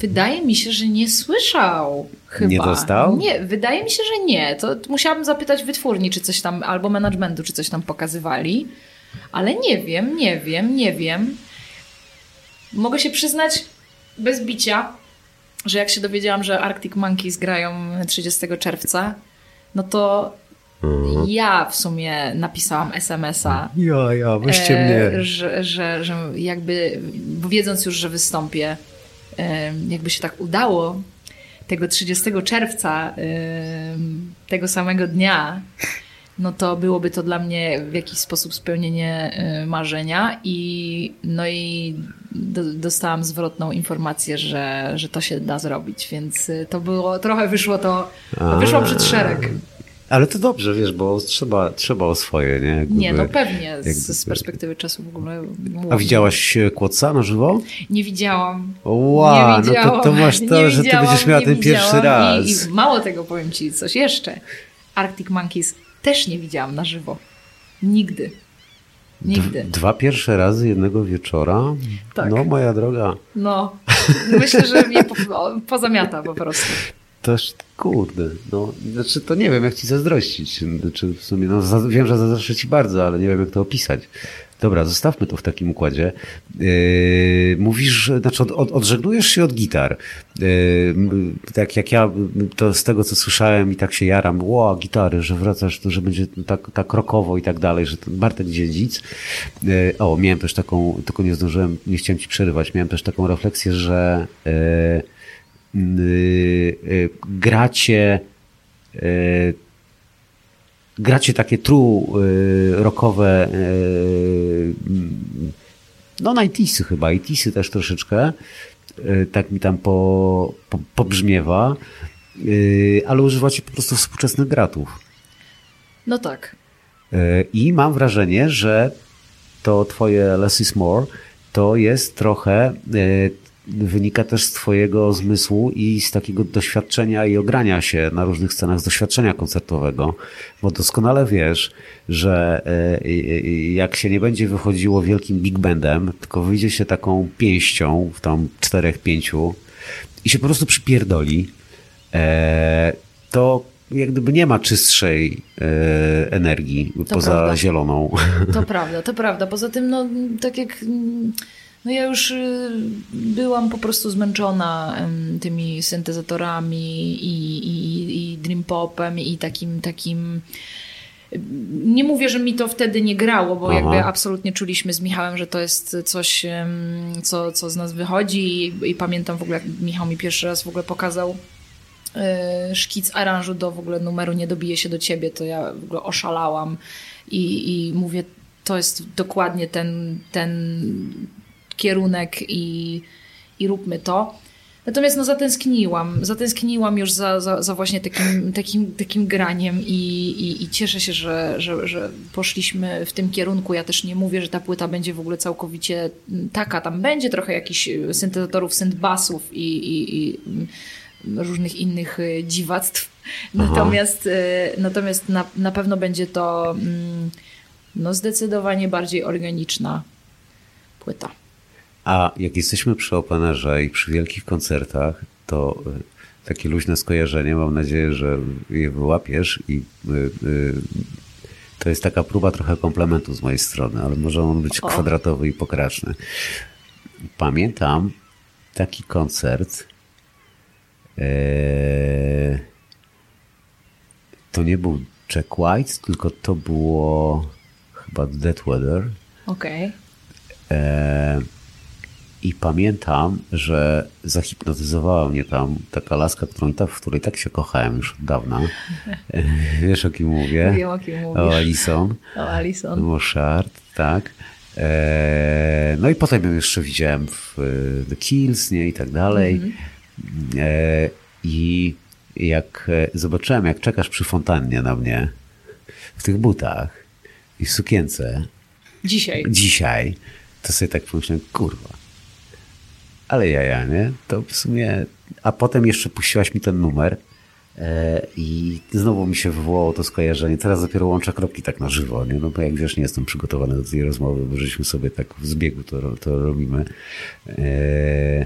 Wydaje mi się, że nie słyszał chyba. Nie dostał? Nie, wydaje mi się, że nie. To musiałabym zapytać wytwórni, czy coś tam, albo managementu, czy coś tam pokazywali. Ale nie wiem, nie wiem, nie wiem. Mogę się przyznać bez bicia, że jak się dowiedziałam, że Arctic Monkeys grają trzydziestego czerwca, no to mhm. ja w sumie napisałam es em es a. Ja, ja, weźcie e, mnie. Że, że, że jakby, bo wiedząc już, że wystąpię, e, jakby się tak udało tego trzydziestego czerwca, e, tego samego dnia, no to byłoby to dla mnie w jakiś sposób spełnienie y, marzenia i no i do, dostałam zwrotną informację, że, że to się da zrobić, więc y, to było, trochę wyszło to, A, wyszło przed szereg. Ale to dobrze, wiesz, bo trzeba, trzeba o swoje, nie? Jakby, nie, no pewnie, jakby, z, z perspektywy czasu w ogóle. A widziałaś Kłodca na żywo? Nie widziałam. Wow, nie widziałam, no to, to masz to, że ty będziesz miała ten pierwszy raz. I, I mało tego, powiem ci coś jeszcze. Arctic Monkeys też nie widziałam na żywo. Nigdy. Nigdy. D- dwa pierwsze razy jednego wieczora? Tak. No, moja droga. No, myślę, że mnie po, pozamiata po prostu. Też, kurde, no, znaczy to nie wiem, jak ci zazdrościć. Znaczy w sumie, no, za, wiem, że zazdroszczę ci bardzo, ale nie wiem, jak to opisać. Dobra, zostawmy to w takim układzie. Yy, mówisz, znaczy od, od, odżegnujesz się od gitar. Yy, tak jak ja, to z tego co słyszałem i tak się jaram, ło, gitary, że wracasz, to, że będzie tak, tak rockowo i tak dalej, że ten Bartek Dziedzic. Yy, o, miałem też taką, tylko nie zdążyłem, nie chciałem ci przerywać, miałem też taką refleksję, że yy, yy, yy, gracie yy, gracie takie true y, rockowe y, no nineties chyba, eighties też troszeczkę y, tak mi tam po, po, pobrzmiewa y, ale używacie po prostu współczesnych gratów. No tak. Y, i mam wrażenie, że to twoje Less is More to jest trochę y, wynika też z twojego zmysłu i z takiego doświadczenia i ogrania się na różnych scenach z doświadczenia koncertowego, bo doskonale wiesz, że jak się nie będzie wychodziło wielkim big bandem, tylko wyjdzie się taką pięścią w tam czterech, pięciu i się po prostu przypierdoli, to jak gdyby nie ma czystszej energii to poza prawda. Zieloną. To prawda, to prawda. Poza tym, no tak jak... No ja już byłam po prostu zmęczona tymi syntezatorami i, i, i dream popem i takim, takim... Nie mówię, że mi to wtedy nie grało, bo Aha. jakby absolutnie czuliśmy z Michałem, że to jest coś, co, co z nas wychodzi i, i pamiętam w ogóle, jak Michał mi pierwszy raz w ogóle pokazał szkic aranżu do w ogóle numeru Nie dobije się do ciebie, to ja w ogóle oszalałam i, i mówię, to jest dokładnie ten, ten kierunek i, i róbmy to. Natomiast no zatęskniłam, zatęskniłam już za, za, za właśnie takim, takim, takim graniem i, i, i cieszę się, że, że, że poszliśmy w tym kierunku. Ja też nie mówię, że ta płyta będzie w ogóle całkowicie taka. Tam będzie trochę jakichś syntezatorów, synthbassów i, i, i różnych innych dziwactw. Natomiast, natomiast na, na pewno będzie to no, zdecydowanie bardziej organiczna płyta. A jak jesteśmy przy openerze i przy wielkich koncertach, to takie luźne skojarzenie, mam nadzieję, że je wyłapiesz i to jest taka próba trochę komplementu z mojej strony, ale może on być o. kwadratowy i pokraczny. Pamiętam taki koncert, to nie był Jack White, tylko to było chyba Dead Weather. Okej. Okay. I pamiętam, że zahipnotyzowała mnie tam taka laska, którą, w której tak się kochałem już od dawna. Wiesz, o kim mówię? Wiem, o kim mówisz. O Alison. O Alison. Moshart, tak. No i potem ją jeszcze widziałem w The Kills, nie, i tak dalej. Mm-hmm. I jak zobaczyłem, jak czekasz przy fontannie na mnie w tych butach i w sukience. Dzisiaj. Dzisiaj. To sobie tak pomyślałem, kurwa. Ale jaja, nie? To w sumie... A potem jeszcze puściłaś mi ten numer e, i znowu mi się wywołało to skojarzenie. Teraz dopiero łączę kropki tak na żywo, nie? No bo jak wiesz, nie jestem przygotowany do tej rozmowy, bo żeśmy sobie tak w zbiegu to, to robimy. E,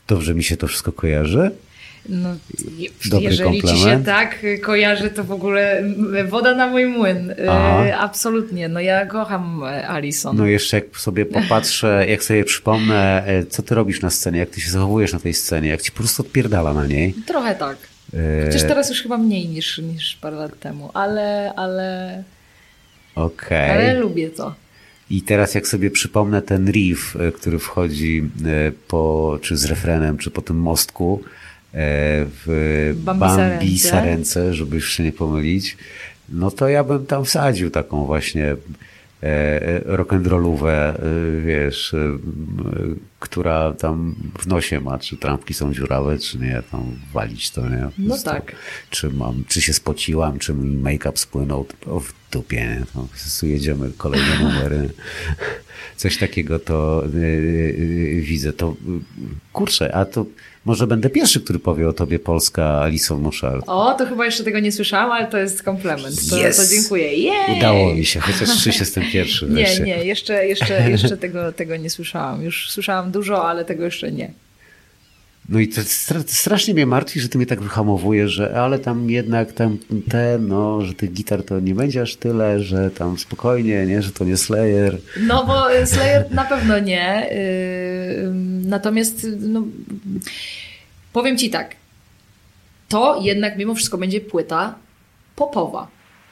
Dobrze mi się to wszystko kojarzy? No, Dobry jeżeli komplement. ci się tak kojarzy, to w ogóle woda na mój młyn. E, absolutnie. No ja kocham Alison. No jeszcze jak sobie popatrzę, jak sobie przypomnę, co ty robisz na scenie, jak ty się zachowujesz na tej scenie, jak ci po prostu odpierdala na niej. Trochę tak. Chociaż teraz już chyba mniej niż, niż parę lat temu, ale, ale, Okej. ale lubię to. I teraz jak sobie przypomnę ten riff, który wchodzi po, czy z refrenem, czy po tym mostku, w Bambi Bambi Sarence. Sarence, żeby już się nie pomylić, no to ja bym tam wsadził taką właśnie e, rock'n'rollówę, e, wiesz, e, która tam w nosie ma, czy trampki są dziurawe, czy nie, tam walić to, nie? No prostu, tak. Czy mam, czy się spociłam, czy mi make-up spłynął, o, w dupie, nie? To po prostu jedziemy, kolejne numery. Coś takiego to y, y, widzę. To kurczę, a to może będę pierwszy, który powie o tobie polska Alison Mouchard. O, to chyba jeszcze tego nie słyszałam, ale to jest komplement. To, Yes. to dziękuję. Jej! Udało mi się, chociaż Krzyś jestem pierwszy. Nie, wreszcie. nie, jeszcze, jeszcze, jeszcze tego, tego nie słyszałam. Już słyszałam dużo, ale tego jeszcze nie. No i to stra- strasznie mnie martwi, że ty mnie tak wyhamowujesz, że ale tam jednak tam te, no, że tych gitar to nie będzie aż tyle, że tam spokojnie, nie, że to nie Slayer. No bo Slayer na pewno nie. Yy, natomiast no, powiem ci tak. To jednak mimo wszystko będzie płyta popowa.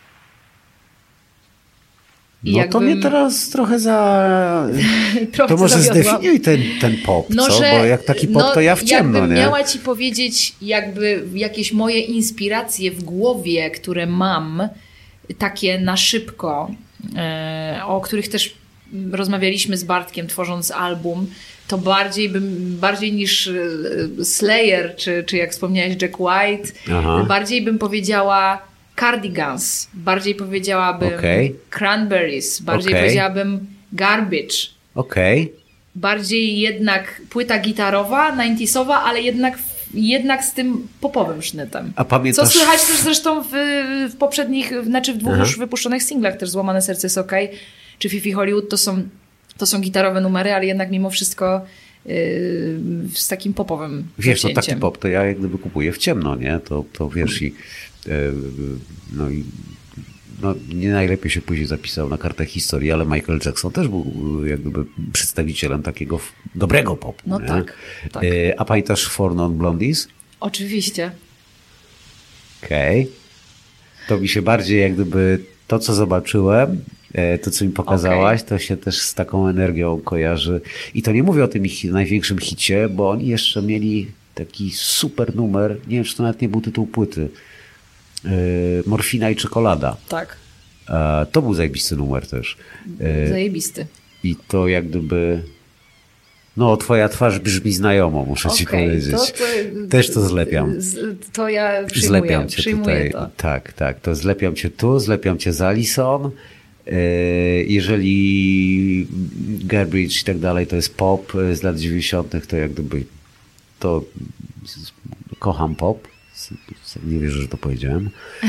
I No to jakbym- mnie teraz trochę za... Trochę To może zawiodłam. zdefiniuj ten, ten pop, No, co? że, Bo jak taki pop, no, to ja w ciemno, jakbym nie? miała ci powiedzieć jakby jakieś moje inspiracje w głowie, które mam, takie na szybko, e, o których też rozmawialiśmy z Bartkiem tworząc album, to bardziej bym, bardziej niż e, Slayer, czy, czy jak wspomniałeś Jack White, Aha. bardziej bym powiedziała Cardigans, bardziej powiedziałabym Okej. Cranberries, bardziej Okej. powiedziałabym Garbage. Okej. Bardziej jednak płyta gitarowa, dziewięćdziesiątowa, ale jednak, jednak z tym popowym sznytem. A pamiętasz... Co słychać też zresztą w, w poprzednich, znaczy w dwóch Aha. już wypuszczonych singlach, też Złamane serce jest okej, czy Fifi Hollywood, to są, to są gitarowe numery, ale jednak mimo wszystko yy, z takim popowym Wiesz, no taki zacięciem. pop to ja jak gdyby kupuję w ciemno, nie? To, to wiesz i... e, no i... No, nie najlepiej się później zapisał na kartę historii, ale Michael Jackson też był jak gdyby przedstawicielem takiego f- dobrego popu. No nie? tak, tak. E, a pamiętasz Four Non Blondies? Oczywiście. Okej. Okay. To mi się bardziej jak gdyby to, co zobaczyłem, e, to, co mi pokazałaś, to się też z taką energią kojarzy. I to nie mówię o tym ich największym hicie, bo oni jeszcze mieli taki super numer, nie wiem, czy to nawet nie był tytuł płyty, e, Morfina i czekolada. Tak. E, to był zajebisty numer też. E, Zajebisty. I to jak gdyby... No, twoja twarz brzmi znajomo, muszę ci Okej, powiedzieć. to- to- Też to zlepiam. Z, to ja przyjmuję, Zlepiam cię przyjmuję tutaj. to. Tak, tak. To zlepiam cię tu, zlepiam cię z Alison. Yy, Jeżeli Garbage i tak dalej to jest pop z lat dziewięćdziesiątych, to jak gdyby to kocham pop. Nie wierzę, że to powiedziałem.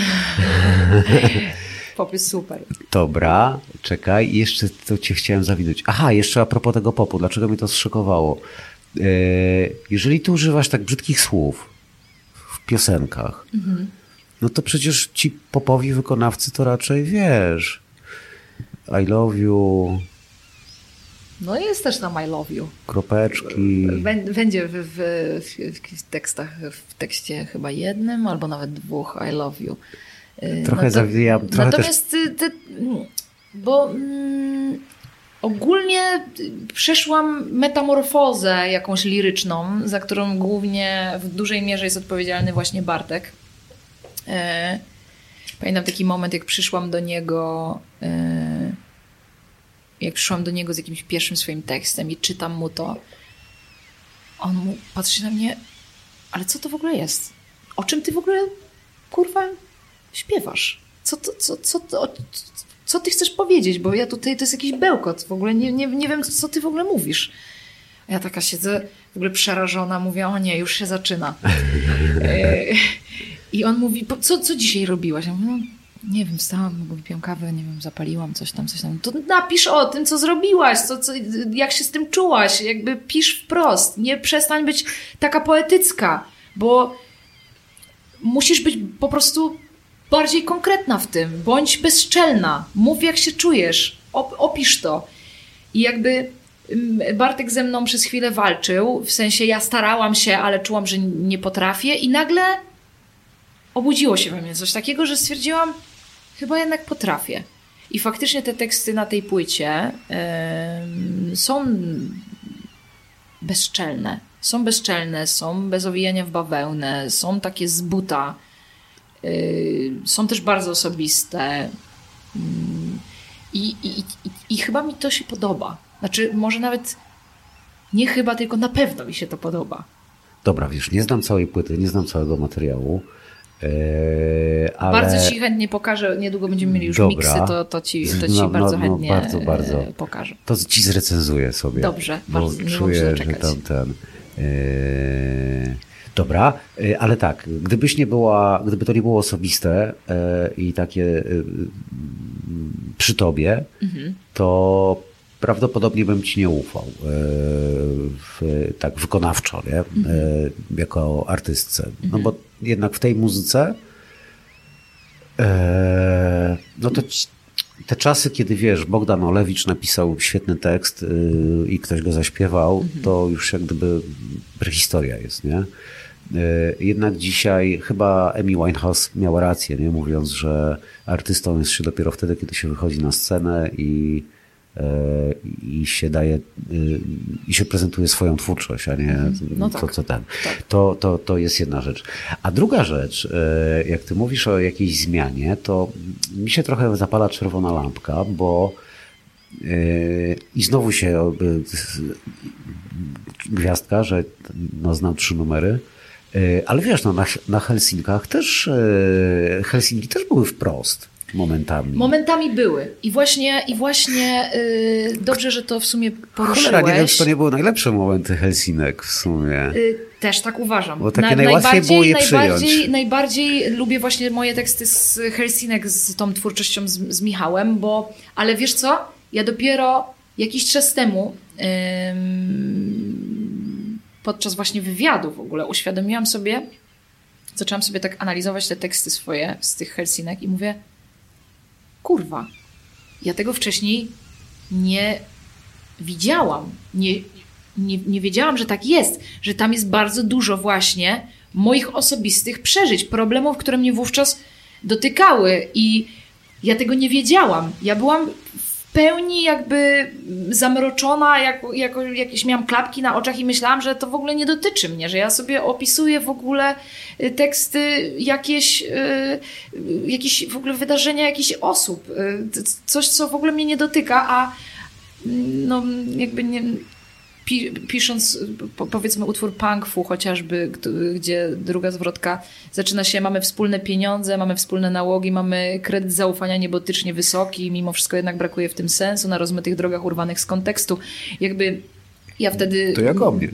Pop jest super. Dobra, czekaj, jeszcze to cię chciałem zawinąć. Aha, jeszcze a propos tego popu, dlaczego mnie to zszokowało? Yy, jeżeli ty używasz tak brzydkich słów w piosenkach, mhm. no to przecież ci popowi wykonawcy to raczej wiesz. I love you, No jest też tam I love you. kropeczki. Bę- Będzie w, w, w, w tekstach, w tekście chyba jednym albo nawet dwóch I love you. Yy, Trochę zawijam, trochę Natomiast ty, ty, bo mm, ogólnie przeszłam metamorfozę jakąś liryczną, za którą głównie w dużej mierze jest odpowiedzialny właśnie Bartek. Yy, Pamiętam taki moment, jak przyszłam do niego yy, jak przyszłam do niego z jakimś pierwszym swoim tekstem i czytam mu to, on mu patrzy na mnie, ale co to w ogóle jest? O czym ty w ogóle, kurwa, śpiewasz? Co, to, co, co, to, co ty chcesz powiedzieć? Bo ja tutaj, to jest jakiś bełkot, w ogóle nie, nie, nie wiem, co ty w ogóle mówisz. A ja taka siedzę, w ogóle przerażona, mówię, o nie, już się zaczyna. I on mówi, co, co dzisiaj robiłaś? Ja mówię, no, nie wiem, wstałam, wypiłam kawę, nie wiem, zapaliłam coś tam, coś tam. To napisz o tym, co zrobiłaś, co, co, jak się z tym czułaś, jakby pisz wprost. Nie przestań być taka poetycka, bo musisz być po prostu bardziej konkretna w tym. Bądź bezczelna. Mów, jak się czujesz. Op- opisz to. I jakby Bartek ze mną przez chwilę walczył, w sensie ja starałam się, ale czułam, że nie potrafię i nagle obudziło się we mnie coś takiego, że stwierdziłam, chyba jednak potrafię. I faktycznie te teksty na tej płycie yy, są bezczelne. Są bezczelne, są bez owijania w bawełnę, są takie z buta. Yy, są też bardzo osobiste. Yy, i, i, i, I chyba mi to się podoba. Znaczy, może nawet nie chyba, tylko na pewno mi się to podoba. Dobra, wiesz, nie znam całej płyty, nie znam całego materiału. Yy, ale... Bardzo ci chętnie pokażę, niedługo będziemy mieli już Dobra. miksy, to, to ci, to ci no, bardzo no, chętnie no, bardzo, bardzo. pokażę. To ci zrecenzuję sobie. Dobrze, bo bardzo, nie czuję, mogę się że doczekać. tam ten... Yy... Dobra, yy, ale tak, gdybyś nie była, gdyby to nie było osobiste yy, i takie yy, przy tobie, mhm. to prawdopodobnie bym ci nie ufał yy, w, tak wykonawczo, nie? Mhm. Yy, jako artystce. Mhm. No bo jednak w tej muzyce yy, no to te czasy, kiedy wiesz, Bogdan Olewicz napisał świetny tekst yy, i ktoś go zaśpiewał, mhm. to już jak gdyby prehistoria jest, nie? Yy, jednak dzisiaj chyba Amy Winehouse miała rację, nie? Mówiąc, że artystą jest się dopiero wtedy, kiedy się wychodzi na scenę i i się daje, i się prezentuje swoją twórczość, a nie no to, tak, co ten. Tak. To, to, to jest jedna rzecz. A druga rzecz, jak ty mówisz o jakiejś zmianie, to mi się trochę zapala czerwona lampka, bo i znowu się gwiazdka, że no, znam trzy numery, ale wiesz, no, na, na Helsinkach też Helsinki też były wprost. Momentami. Momentami były. I właśnie, i właśnie yy, dobrze, że to w sumie poruszyłeś. Cholera, nie wiem, czy to nie były najlepsze momenty Helsinek w sumie. Yy, też tak uważam. Bo takie Na, najłatwiej było je najbardziej, przyjąć. Najbardziej lubię właśnie moje teksty z Helsinek, z tą twórczością z, z Michałem, bo, ale wiesz co? Ja dopiero jakiś czas temu yy, podczas właśnie wywiadu w ogóle uświadomiłam sobie, zaczęłam sobie tak analizować te teksty swoje z tych Helsinek i mówię, kurwa, ja tego wcześniej nie widziałam. Nie, nie, nie wiedziałam, że tak jest, że tam jest bardzo dużo właśnie moich osobistych przeżyć, problemów, które mnie wówczas dotykały i ja tego nie wiedziałam. Ja byłam w pełni jakby zamroczona, jak, jako, jakieś miałam klapki na oczach i myślałam, że to w ogóle nie dotyczy mnie, że ja sobie opisuję w ogóle teksty jakieś, jakieś w ogóle wydarzenia jakichś osób. Coś, co w ogóle mnie nie dotyka, a no jakby nie... Pisząc, powiedzmy, utwór Punk Fu chociażby, gdzie druga zwrotka zaczyna się, mamy wspólne pieniądze, mamy wspólne nałogi, mamy kredyt zaufania niebotycznie wysoki, mimo wszystko jednak brakuje w tym sensu, na rozmytych drogach urwanych z kontekstu. Jakby ja wtedy... To jak o mnie.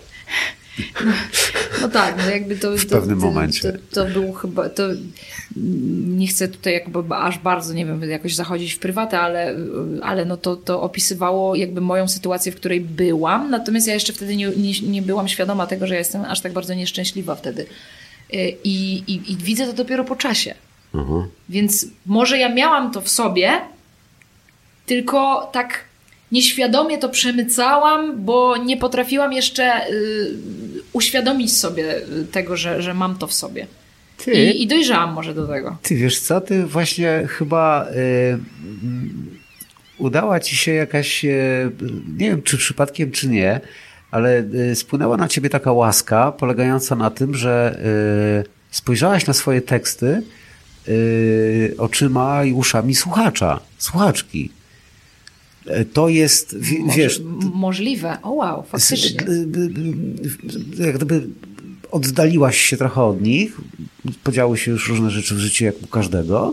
No, no tak, no jakby to... W to, pewnym to, momencie. To, to był chyba... To, nie chcę tutaj jakby aż bardzo, nie wiem, jakoś zachodzić w prywatę, ale, ale no to, to opisywało jakby moją sytuację, w której byłam, natomiast ja jeszcze wtedy nie, nie, nie byłam świadoma tego, że ja jestem aż tak bardzo nieszczęśliwa wtedy. I, i, i widzę to dopiero po czasie. Uh-huh. Więc może ja miałam to w sobie, tylko tak nieświadomie to przemycałam, bo nie potrafiłam jeszcze y, uświadomić sobie tego, że, że mam to w sobie. Ty, I, I dojrzałam może do tego. Ty wiesz co, ty właśnie chyba y, y, udała ci się jakaś, y, nie wiem czy przypadkiem czy nie, ale y, spłynęła na ciebie taka łaska polegająca na tym, że y, spojrzałaś na swoje teksty y, oczyma i uszami słuchacza, słuchaczki. To jest, w, Moż, wiesz... Możliwe. O wow, faktycznie. Jak gdyby oddaliłaś się trochę od nich, podziały się już różne rzeczy w życiu jak u każdego,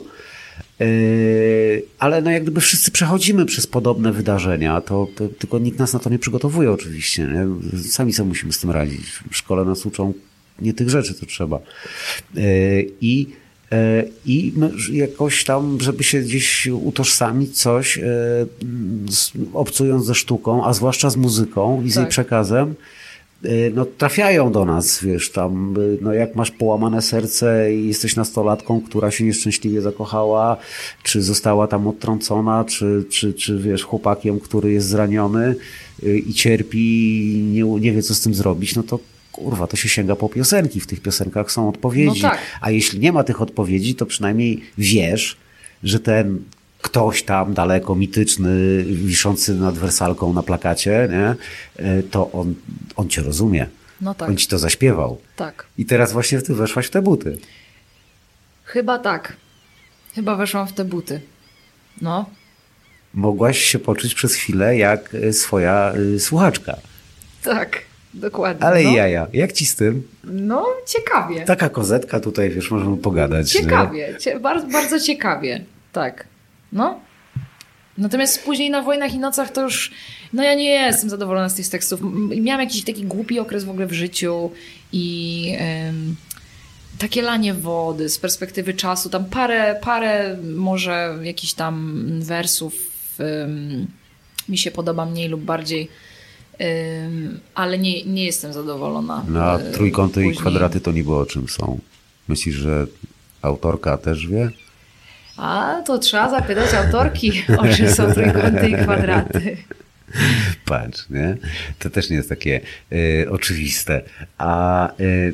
ale no jak gdyby wszyscy przechodzimy przez podobne wydarzenia, to, to tylko nikt nas na to nie przygotowuje oczywiście, nie? Sami sobie musimy z tym radzić. W szkole nas uczą nie tych rzeczy, co trzeba. I i jakoś tam, żeby się gdzieś utożsamić coś, obcując ze sztuką, a zwłaszcza z muzyką i z jej Tak. przekazem, no trafiają do nas, wiesz, tam, no jak masz połamane serce i jesteś nastolatką, która się nieszczęśliwie zakochała, czy została tam odtrącona, czy, czy, czy wiesz, chłopakiem, który jest zraniony i cierpi i nie, nie wie, co z tym zrobić, no to kurwa, to się sięga po piosenki. W tych piosenkach są odpowiedzi. No tak. A jeśli nie ma tych odpowiedzi, to przynajmniej wiesz, że ten ktoś tam daleko, mityczny, wiszący nad wersalką na plakacie, nie? To on, on cię rozumie. No tak. On ci to zaśpiewał. Tak. I teraz właśnie ty weszłaś w te buty. Chyba tak. Chyba weszłam w te buty. No. Mogłaś się poczuć przez chwilę jak swoja y, słuchaczka. Tak. Dokładnie. Ale no. jaja, jak ci z tym? No, ciekawie. Taka kozetka tutaj, wiesz, możemy pogadać. Ciekawie. Cie, bardzo, bardzo ciekawie. Tak. No. Natomiast później na Wojnach i Nocach to już, no ja nie jestem zadowolona z tych tekstów. Miałam jakiś taki głupi okres w ogóle w życiu i ym, takie lanie wody z perspektywy czasu. Tam parę, parę może jakichś tam wersów ym, mi się podoba mniej lub bardziej, ym, ale nie, nie jestem zadowolona. No a y, trójkąty później. i kwadraty to niby o czym są? Myślisz, że autorka też wie? A, to trzeba zapytać autorki, o czym są trójkąty i kwadraty. Patrz, nie? To też nie jest takie y, oczywiste. A y,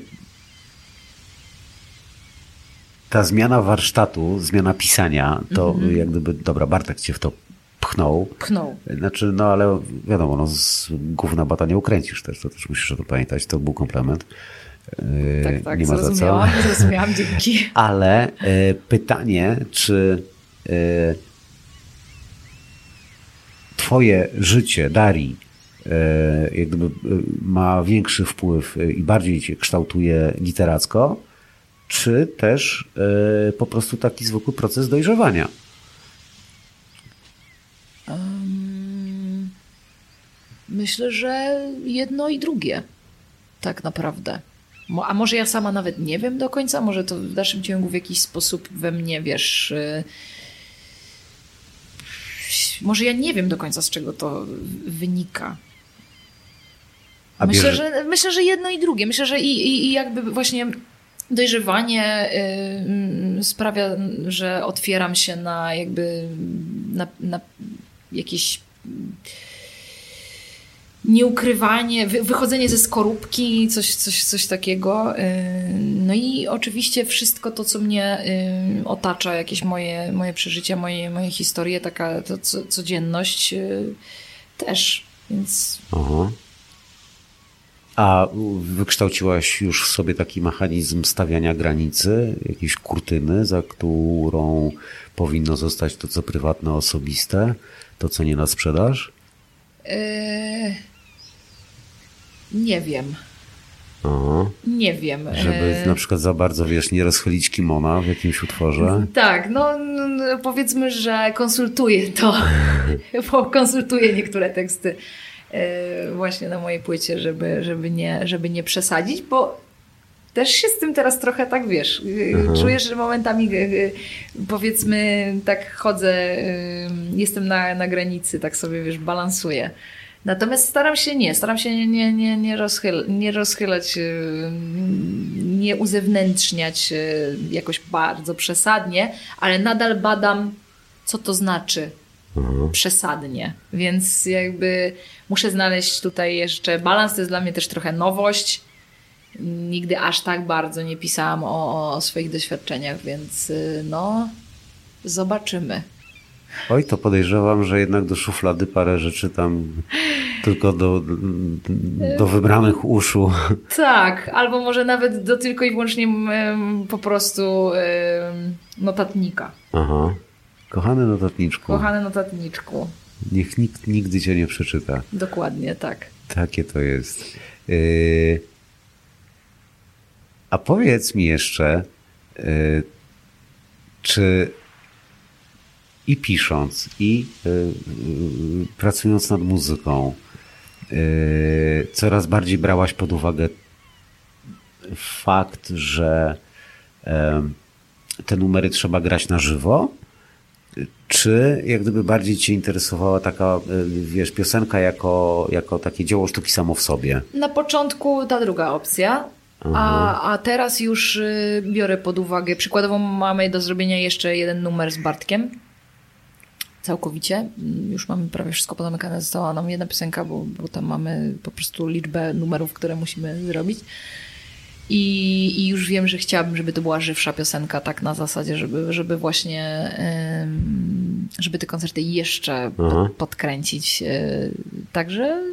ta zmiana warsztatu, zmiana pisania, to mm-hmm. jak gdyby, dobra, Bartek cię w to pchnął. Pchnął. Znaczy, no ale wiadomo, no, z gówna bata nie ukręcisz też, to też musisz o to pamiętać, to był komplement. Yy, Tak, tak, nie ma zrozumiałam, za co. zrozumiałam, dzięki. Ale y, pytanie, czy y, twoje życie, Darii, y, jak gdyby, y, ma większy wpływ y, i bardziej cię kształtuje literacko, czy też y, po prostu taki zwykły proces dojrzewania? Um, myślę, że jedno i drugie. Tak naprawdę. Mo- A może ja sama nawet nie wiem do końca, może to w dalszym ciągu w jakiś sposób we mnie, wiesz... y, Może ja nie wiem do końca, z czego to wynika. A Myślę, bierze- że, myślę, że jedno i drugie. Myślę, że i, i, i jakby właśnie dojrzewanie y, sprawia, że otwieram się na jakby na, na jakieś nieukrywanie, wy, wychodzenie ze skorupki, coś, coś, coś takiego. Y, no i oczywiście wszystko to, co mnie y, otacza, jakieś moje, moje przeżycia, moje, moje historie, taka to, co, codzienność y, też. Więc Aha. A wykształciłaś już w sobie taki mechanizm stawiania granicy, jakiejś kurtyny, za którą powinno zostać to, co prywatne, osobiste, to, co nie na sprzedaż? y, nie wiem. Aha. Nie wiem. Żeby Y, na przykład za bardzo, wiesz, nie rozchylić kimona w jakimś utworze. Tak, no, no powiedzmy, że konsultuję to, bo konsultuję niektóre teksty yy, właśnie na mojej płycie, żeby, żeby, nie, żeby nie przesadzić, bo też się z tym teraz trochę tak, wiesz, yy, Aha. czuję, że momentami yy, powiedzmy tak chodzę, yy, jestem na, na granicy, tak sobie, wiesz, balansuję. Natomiast staram się nie, staram się nie, nie, nie, nie, rozchyl, nie rozchylać, yy, nie uzewnętrzniać yy, jakoś bardzo przesadnie, ale nadal badam, co to znaczy Aha. przesadnie. Więc jakby muszę znaleźć tutaj jeszcze balans, to jest dla mnie też trochę nowość. Nigdy aż tak bardzo nie pisałam o, o swoich doświadczeniach, więc yy, no, zobaczymy. Oj, to podejrzewam, że jednak do szuflady parę rzeczy tam tylko do, do wybranych uszu. Tak, albo może nawet do tylko i wyłącznie em, po prostu em, notatnika. Aha. Kochany notatniczku, Kochany notatniczku. niech nikt nigdy cię nie przeczyta. Dokładnie, tak. Takie to jest. Yy... A powiedz mi jeszcze, yy, czy i pisząc, i yy, yy, pracując nad muzyką, yy, coraz bardziej brałaś pod uwagę fakt, że yy, te numery trzeba grać na żywo? Czy jak gdyby bardziej cię interesowała taka, wiesz, piosenka jako, jako takie dzieło sztuki samo w sobie? Na początku ta druga opcja, a, a teraz już y, biorę pod uwagę, przykładowo mamy do zrobienia jeszcze jeden numer z Bartkiem. Całkowicie. Już mamy prawie wszystko pozamykane. Została nam jedna piosenka, bo, bo tam mamy po prostu liczbę numerów, które musimy zrobić. I, I już wiem, że chciałabym, żeby to była żywsza piosenka, tak na zasadzie, żeby, żeby właśnie ym, żeby te koncerty jeszcze pod, podkręcić. Yy, także...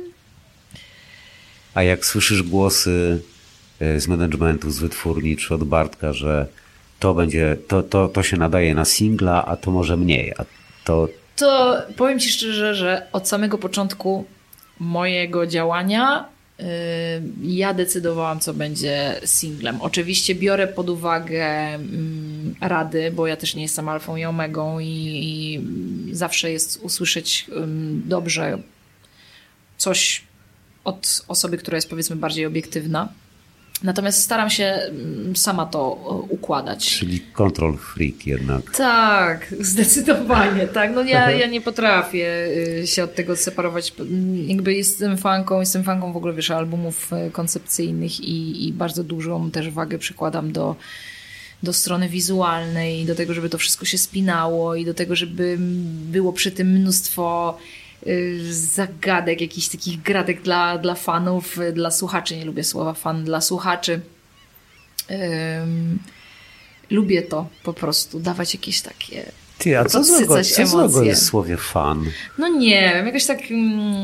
A jak słyszysz głosy z managementu, z wytwórni, czy od Bartka, że to będzie, to, to, to się nadaje na singla, a to może mniej, a to... To powiem ci szczerze, że od samego początku mojego działania yy, ja decydowałam, co będzie singlem. Oczywiście biorę pod uwagę yy, rady, bo ja też nie jestem alfą i omegą i, i zawsze jest usłyszeć yy, dobrze coś od osoby, która jest powiedzmy bardziej obiektywna. Natomiast staram się sama to układać. Czyli control freak jednak. Tak, zdecydowanie. Tak. No ja, ja nie potrafię się od tego separować. Jakby jestem fanką, jestem fanką w ogóle, wiesz, albumów koncepcyjnych i, i bardzo dużą też wagę przykładam do, do strony wizualnej, do tego, żeby to wszystko się spinało i do tego, żeby było przy tym mnóstwo zagadek, jakichś takich gratek dla, dla fanów, dla słuchaczy. Nie lubię słowa fan, dla słuchaczy. Um, lubię to po prostu, dawać jakieś takie... Ty, a co złego, co złego jest w słowie fan? No nie wiem, jakoś tak... Um,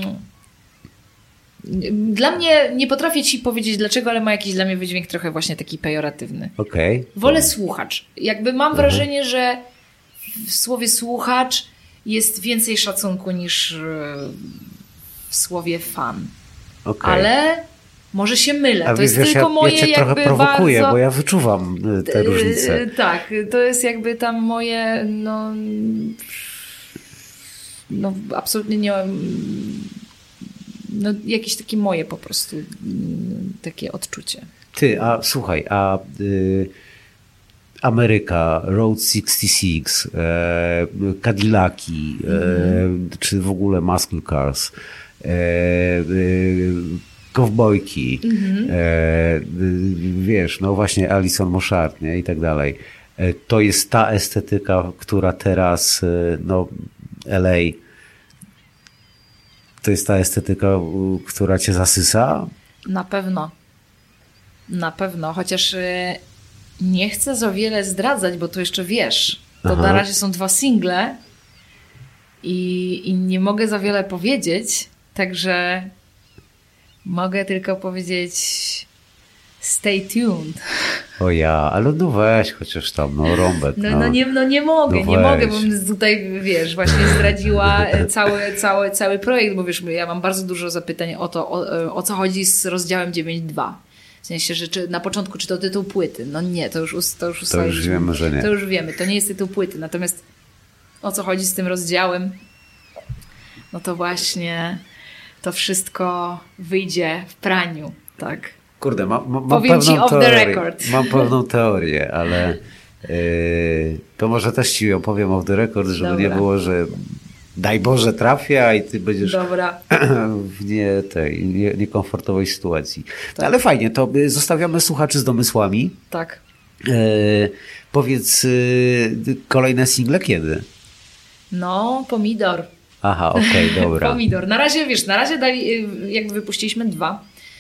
dla mnie, nie potrafię ci powiedzieć dlaczego, ale ma jakiś dla mnie wydźwięk trochę właśnie taki pejoratywny. Okej. Okay. Wolę słuchacz. Jakby mam mhm. wrażenie, że w słowie słuchacz jest więcej szacunku niż w słowie fan. Okay. Ale może się mylę. A to wiesz, jest tylko ja, moje ja cię jakby trochę prowokuję, bardzo... bo ja wyczuwam te różnice. Tak, to jest jakby tam moje no, no absolutnie nie no jakieś takie moje po prostu takie odczucie. Ty, a słuchaj, a y, Ameryka, Road sześćdziesiąt sześć, e, Cadillaki, mm. e, czy w ogóle Muscle Cars, e, e, kowbojki, mm-hmm. e, wiesz, no właśnie Alison Moshart, nie, i tak dalej. E, to jest ta estetyka, która teraz, no L A, to jest ta estetyka, która cię zasysa? Na pewno. Na pewno, chociaż nie chcę za wiele zdradzać, bo to jeszcze wiesz. To Aha. na razie są dwa single i, i nie mogę za wiele powiedzieć, także mogę tylko powiedzieć stay tuned. O ja, ale no weź chociaż tam, no rąbek. No, no. no, nie, no nie mogę, no nie mogę, bo bym tutaj, wiesz, właśnie zdradziła cały, cały, cały projekt, bo wiesz, ja mam bardzo dużo zapytań o to, o, o co chodzi z rozdziałem dziewięć dwa. W sensie, że czy na początku, czy to tytuł płyty? No nie, to już, to już, to już wiemy, że nie. To już wiemy, to nie jest tytuł płyty. Natomiast o co chodzi z tym rozdziałem? No to właśnie to wszystko wyjdzie w praniu, tak? Kurde, mam, mam Powiem pewną ci off teorię, the record. Mam pewną teorię, ale yy, to może też ci opowiem off the record, żeby Dobra. nie było, że daj Boże trafia i ty będziesz Dobra. w nie, tej, nie, niekomfortowej sytuacji. Tak. Ale fajnie, to zostawiamy słuchaczy z domysłami. Tak. E, powiedz, y, kolejne single kiedy? No, Pomidor. Aha, okej, okay, dobra. Pomidor. Na razie, wiesz, na razie dali, jakby wypuściliśmy dwa.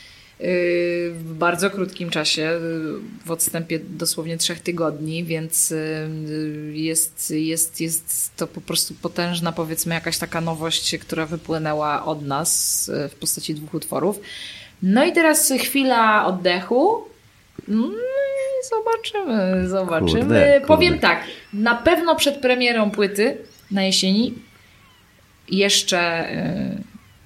W bardzo krótkim czasie, w odstępie dosłownie trzech tygodni, więc jest, jest, jest to po prostu potężna, powiedzmy, jakaś taka nowość, która wypłynęła od nas w postaci dwóch utworów. No i teraz chwila oddechu. No i zobaczymy, zobaczymy. Kurde, kurde. Powiem tak, na pewno przed premierą płyty na jesieni jeszcze yy,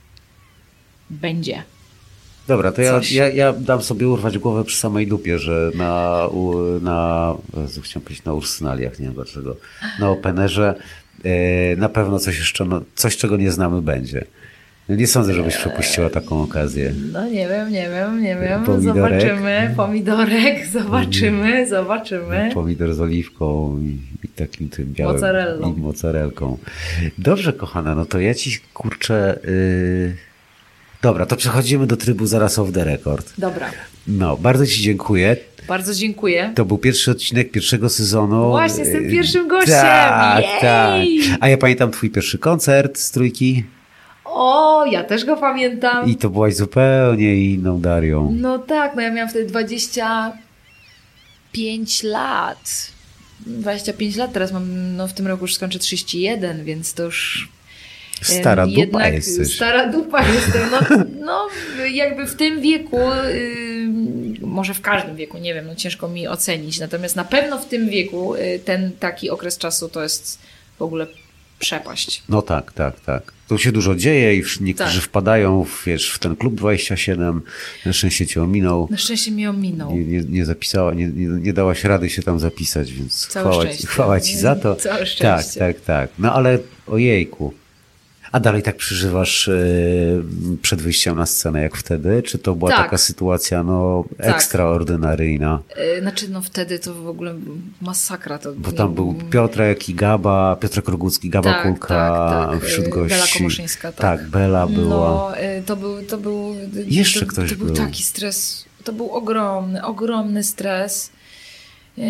będzie. Dobra, to ja, ja, ja dam sobie urwać głowę przy samej dupie, że na, na chciałem powiedzieć na Ursynaliach, nie wiem dlaczego, na Openerze e, na pewno coś jeszcze, no, coś czego nie znamy będzie. Nie sądzę, żebyś przepuściła taką okazję. No nie wiem, nie wiem, nie wiem. Pomidorek. Zobaczymy. Pomidorek, zobaczymy, zobaczymy. Pomidor z oliwką i, i takim tym białym. Mozzarellą. I mozzarellką. Dobrze, kochana, no to ja ci kurczę... Yy... Dobra, to przechodzimy do trybu zaraz off the record. Dobra. No, bardzo ci dziękuję. Bardzo dziękuję. To był pierwszy odcinek pierwszego sezonu. Właśnie, jestem pierwszym gościem. Tak, Jej! tak. A ja pamiętam twój pierwszy koncert z Trójki. O, ja też go pamiętam. I to byłaś zupełnie inną Darią. No tak, no ja miałam wtedy dwadzieścia pięć lat. dwadzieścia pięć lat, teraz mam, no w tym roku już skończę trzydzieści jeden, więc to już... Stara dupa Jednak jesteś. Stara dupa jestem. No, no jakby w tym wieku, yy, może w każdym wieku, nie wiem, no ciężko mi ocenić. Natomiast na pewno w tym wieku yy, ten taki okres czasu to jest w ogóle przepaść. No tak, tak, tak. Tu się dużo dzieje i niektórzy Tak. wpadają w, wiesz, w ten klub dwadzieścia siedem. Na szczęście cię ominął. Na szczęście mi ominął. Nie, nie, nie zapisała, nie, nie, nie dałaś rady się tam zapisać, więc Całe chwała, ci, szczęście. chwała ci za to. Całe Tak, szczęście. tak, tak. No ale ojejku. A dalej tak przeżywasz yy, przed wyjściem na scenę jak wtedy? Czy to była Tak. taka sytuacja no, Tak. ekstraordynaryjna? Yy, znaczy, no wtedy to w ogóle masakra. To Bo tam był Piotrek i Gaba, Piotrek Rogucki, Gaba Tak, Kulka tak, tak. wśród Yy, gości. Bela Komoszyńska, tak. Tak, Bela była. No, yy, to był... To był Jeszcze to, ktoś to był był. taki stres. To był ogromny, ogromny stres. Yy,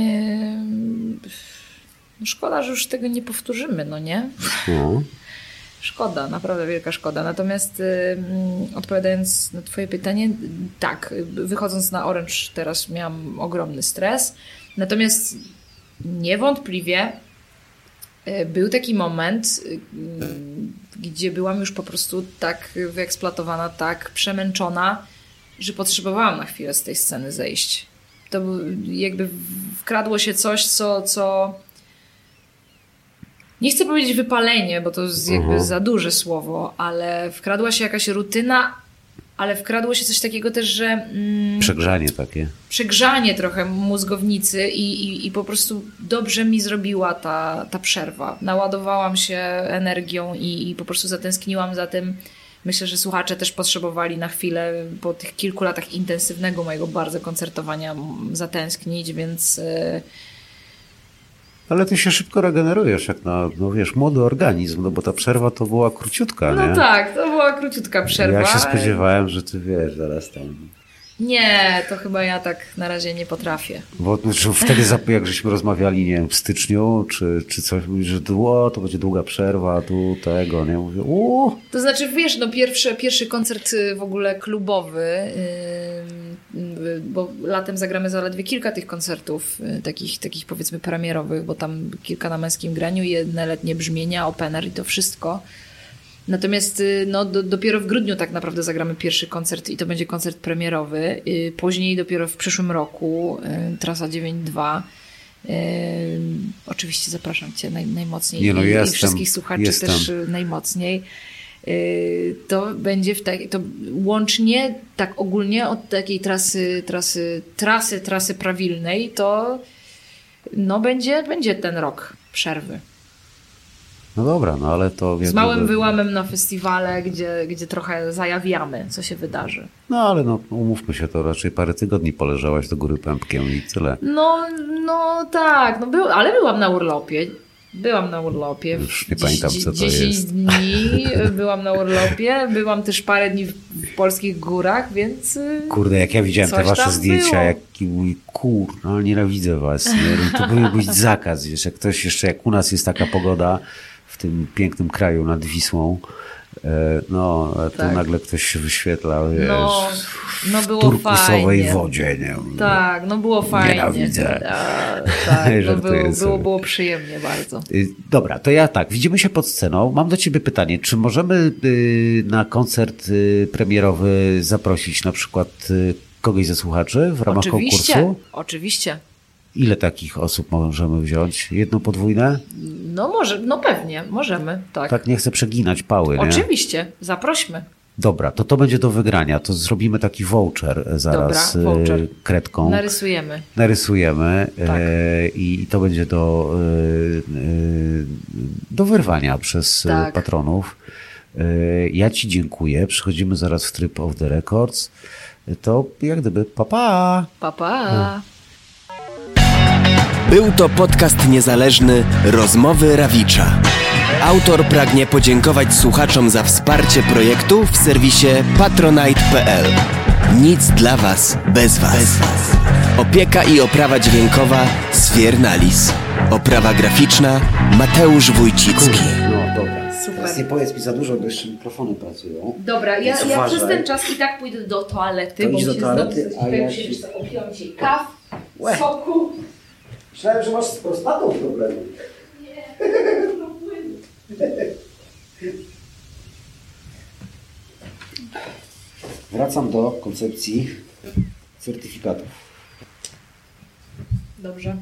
no szkoda, że już tego nie powtórzymy, no nie? No. Szkoda, naprawdę wielka szkoda. Natomiast y, y, odpowiadając na twoje pytanie, tak, wychodząc na Orange teraz miałam ogromny stres. Natomiast niewątpliwie y, był taki moment, y, gdzie byłam już po prostu tak wyeksploatowana, tak przemęczona, że potrzebowałam na chwilę z tej sceny zejść. To był, jakby wkradło się coś, co... co nie chcę powiedzieć wypalenie, bo to jest jakby Mhm. za duże słowo, ale wkradła się jakaś rutyna, ale wkradło się coś takiego też, że mm, Przegrzanie takie. przegrzanie trochę mózgownicy i, i, i po prostu dobrze mi zrobiła ta, ta przerwa. Naładowałam się energią i, i po prostu zatęskniłam za tym. Myślę, że słuchacze też potrzebowali na chwilę po tych kilku latach intensywnego mojego bardzo koncertowania zatęsknić, więc... Yy, Ale ty się szybko regenerujesz, jak na, no wiesz, młody organizm, no bo ta przerwa to była króciutka, nie? No tak, to była króciutka przerwa. Ja się spodziewałem, że ty wiesz, zaraz tam... Nie, to chyba ja tak na razie nie potrafię. Bo znaczy, wtedy, zap- jak żeśmy rozmawiali, nie wiem, w styczniu, czy, czy coś, mówisz, że o, to będzie długa przerwa, tu tego, nie? Mówię, uuu. To znaczy, wiesz, no pierwszy, pierwszy koncert y, w ogóle klubowy, yy, yy, bo latem zagramy zaledwie kilka tych koncertów, yy, takich, takich powiedzmy premierowych, bo tam kilka na Męskim Graniu, jedne letnie brzmienia, open air i to wszystko. Natomiast y, no, do, dopiero w grudniu tak naprawdę zagramy pierwszy koncert i to będzie koncert premierowy. Yy, później dopiero w przyszłym roku yy, trasa dziewięć dwa. Yy, oczywiście zapraszam Cię naj, najmocniej Nie, no i, jestem, i wszystkich słuchaczy jestem. też y, najmocniej. Yy, to będzie w tak, to łącznie tak ogólnie od takiej trasy, trasy, trasy, trasy prawilnej, to no będzie, będzie ten rok przerwy. No dobra, no ale to... Z jak małym długo- wyłamem na festiwale, gdzie, gdzie trochę zajawiamy, co się wydarzy. No ale no, umówmy się, to raczej parę tygodni poleżałaś do góry pępkiem i tyle. No, no tak, no był, ale byłam na urlopie. Byłam na urlopie. Już nie pamiętam, co to dziesięć jest. dni byłam na urlopie. Byłam też parę dni w, w polskich górach, więc... y, Kurde, jak ja widziałem te Coś wasze tam zdjęcia, było. jaki mój kur, no nienawidzę was. Nie? To powinien być zakaz, wiesz, jak ktoś jeszcze, jak u nas jest taka pogoda w tym pięknym kraju nad Wisłą, e, no, a tu Tak. nagle ktoś się wyświetla, wiesz, No, no w było turkusowej fajnie. wodzie, nie? Tak, no było fajnie. Nienawidzę. A, tak, no Żartuję było, sobie. było, było przyjemnie bardzo. Y, Dobra, to ja tak, widzimy się pod sceną. Mam do ciebie pytanie, czy możemy y, na koncert y, premierowy zaprosić na przykład y, kogoś ze słuchaczy w ramach Oczywiście, konkursu? oczywiście. Ile takich osób możemy wziąć? Jedno podwójne? No może, no pewnie, możemy, tak. Tak, nie chcę przeginać pały, nie? Oczywiście, zaprośmy. Dobra, to to będzie do wygrania. To zrobimy taki voucher zaraz Dobra, voucher. y, kredką. Narysujemy. Narysujemy Tak. e, i to będzie do, e, e, do wyrwania przez e, Tak. patronów. Ja Ci dziękuję. Przechodzimy zaraz w tryb off the records. To jak gdyby pa pa. Pa, pa. Był to podcast niezależny Rozmowy Rawicza. Autor pragnie podziękować słuchaczom za wsparcie projektu w serwisie patronite kropka p l. Nic dla Was bez Was. Opieka i oprawa dźwiękowa Sfiernalis. Oprawa graficzna Mateusz Wójcicki. No dobra. Super. Teraz nie powiedz mi za dużo, bo jeszcze mikrofony pracują. Dobra, ja, Więc ja uważaj. przez ten czas i tak pójdę do toalety, To bo idź do się toalety, znowu a tutaj ja muszę się- wiesz co, opiłam dzisiaj kaw, Łe. soku. Myślałem, że masz z prostatą problemy. Wracam do koncepcji certyfikatów. Dobrze.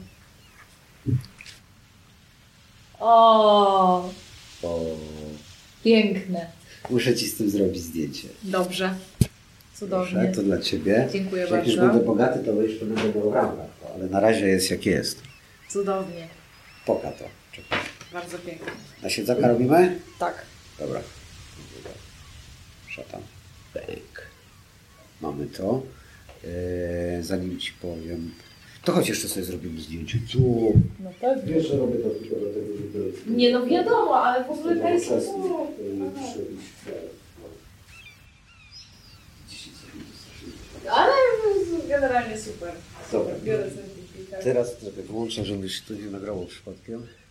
O, O, piękne. muszę Ci z tym zrobić zdjęcie. Dobrze. Cudownie. Proszę, to dla Ciebie. Dziękuję Jak już bardzo. będę bogaty, to będziesz pewnego programu. Ale na razie jest jak jest. Cudownie. Poka to. Czekaj. Bardzo pięknie. Na siedzaka robimy? Tak. Dobra. Szatan. Bęk. Mamy to. Eee, zanim Ci powiem... To chodź jeszcze sobie zrobimy zdjęcie. Tu. No pewnie. Wiesz, że robię to tylko dlatego, żeby... Nie no wiadomo, ale w ogóle to jest... Ale generalnie super. Dobra. Biorę certyfikat. Teraz trochę wyłączę, żeby się to nie nagrało przypadkiem.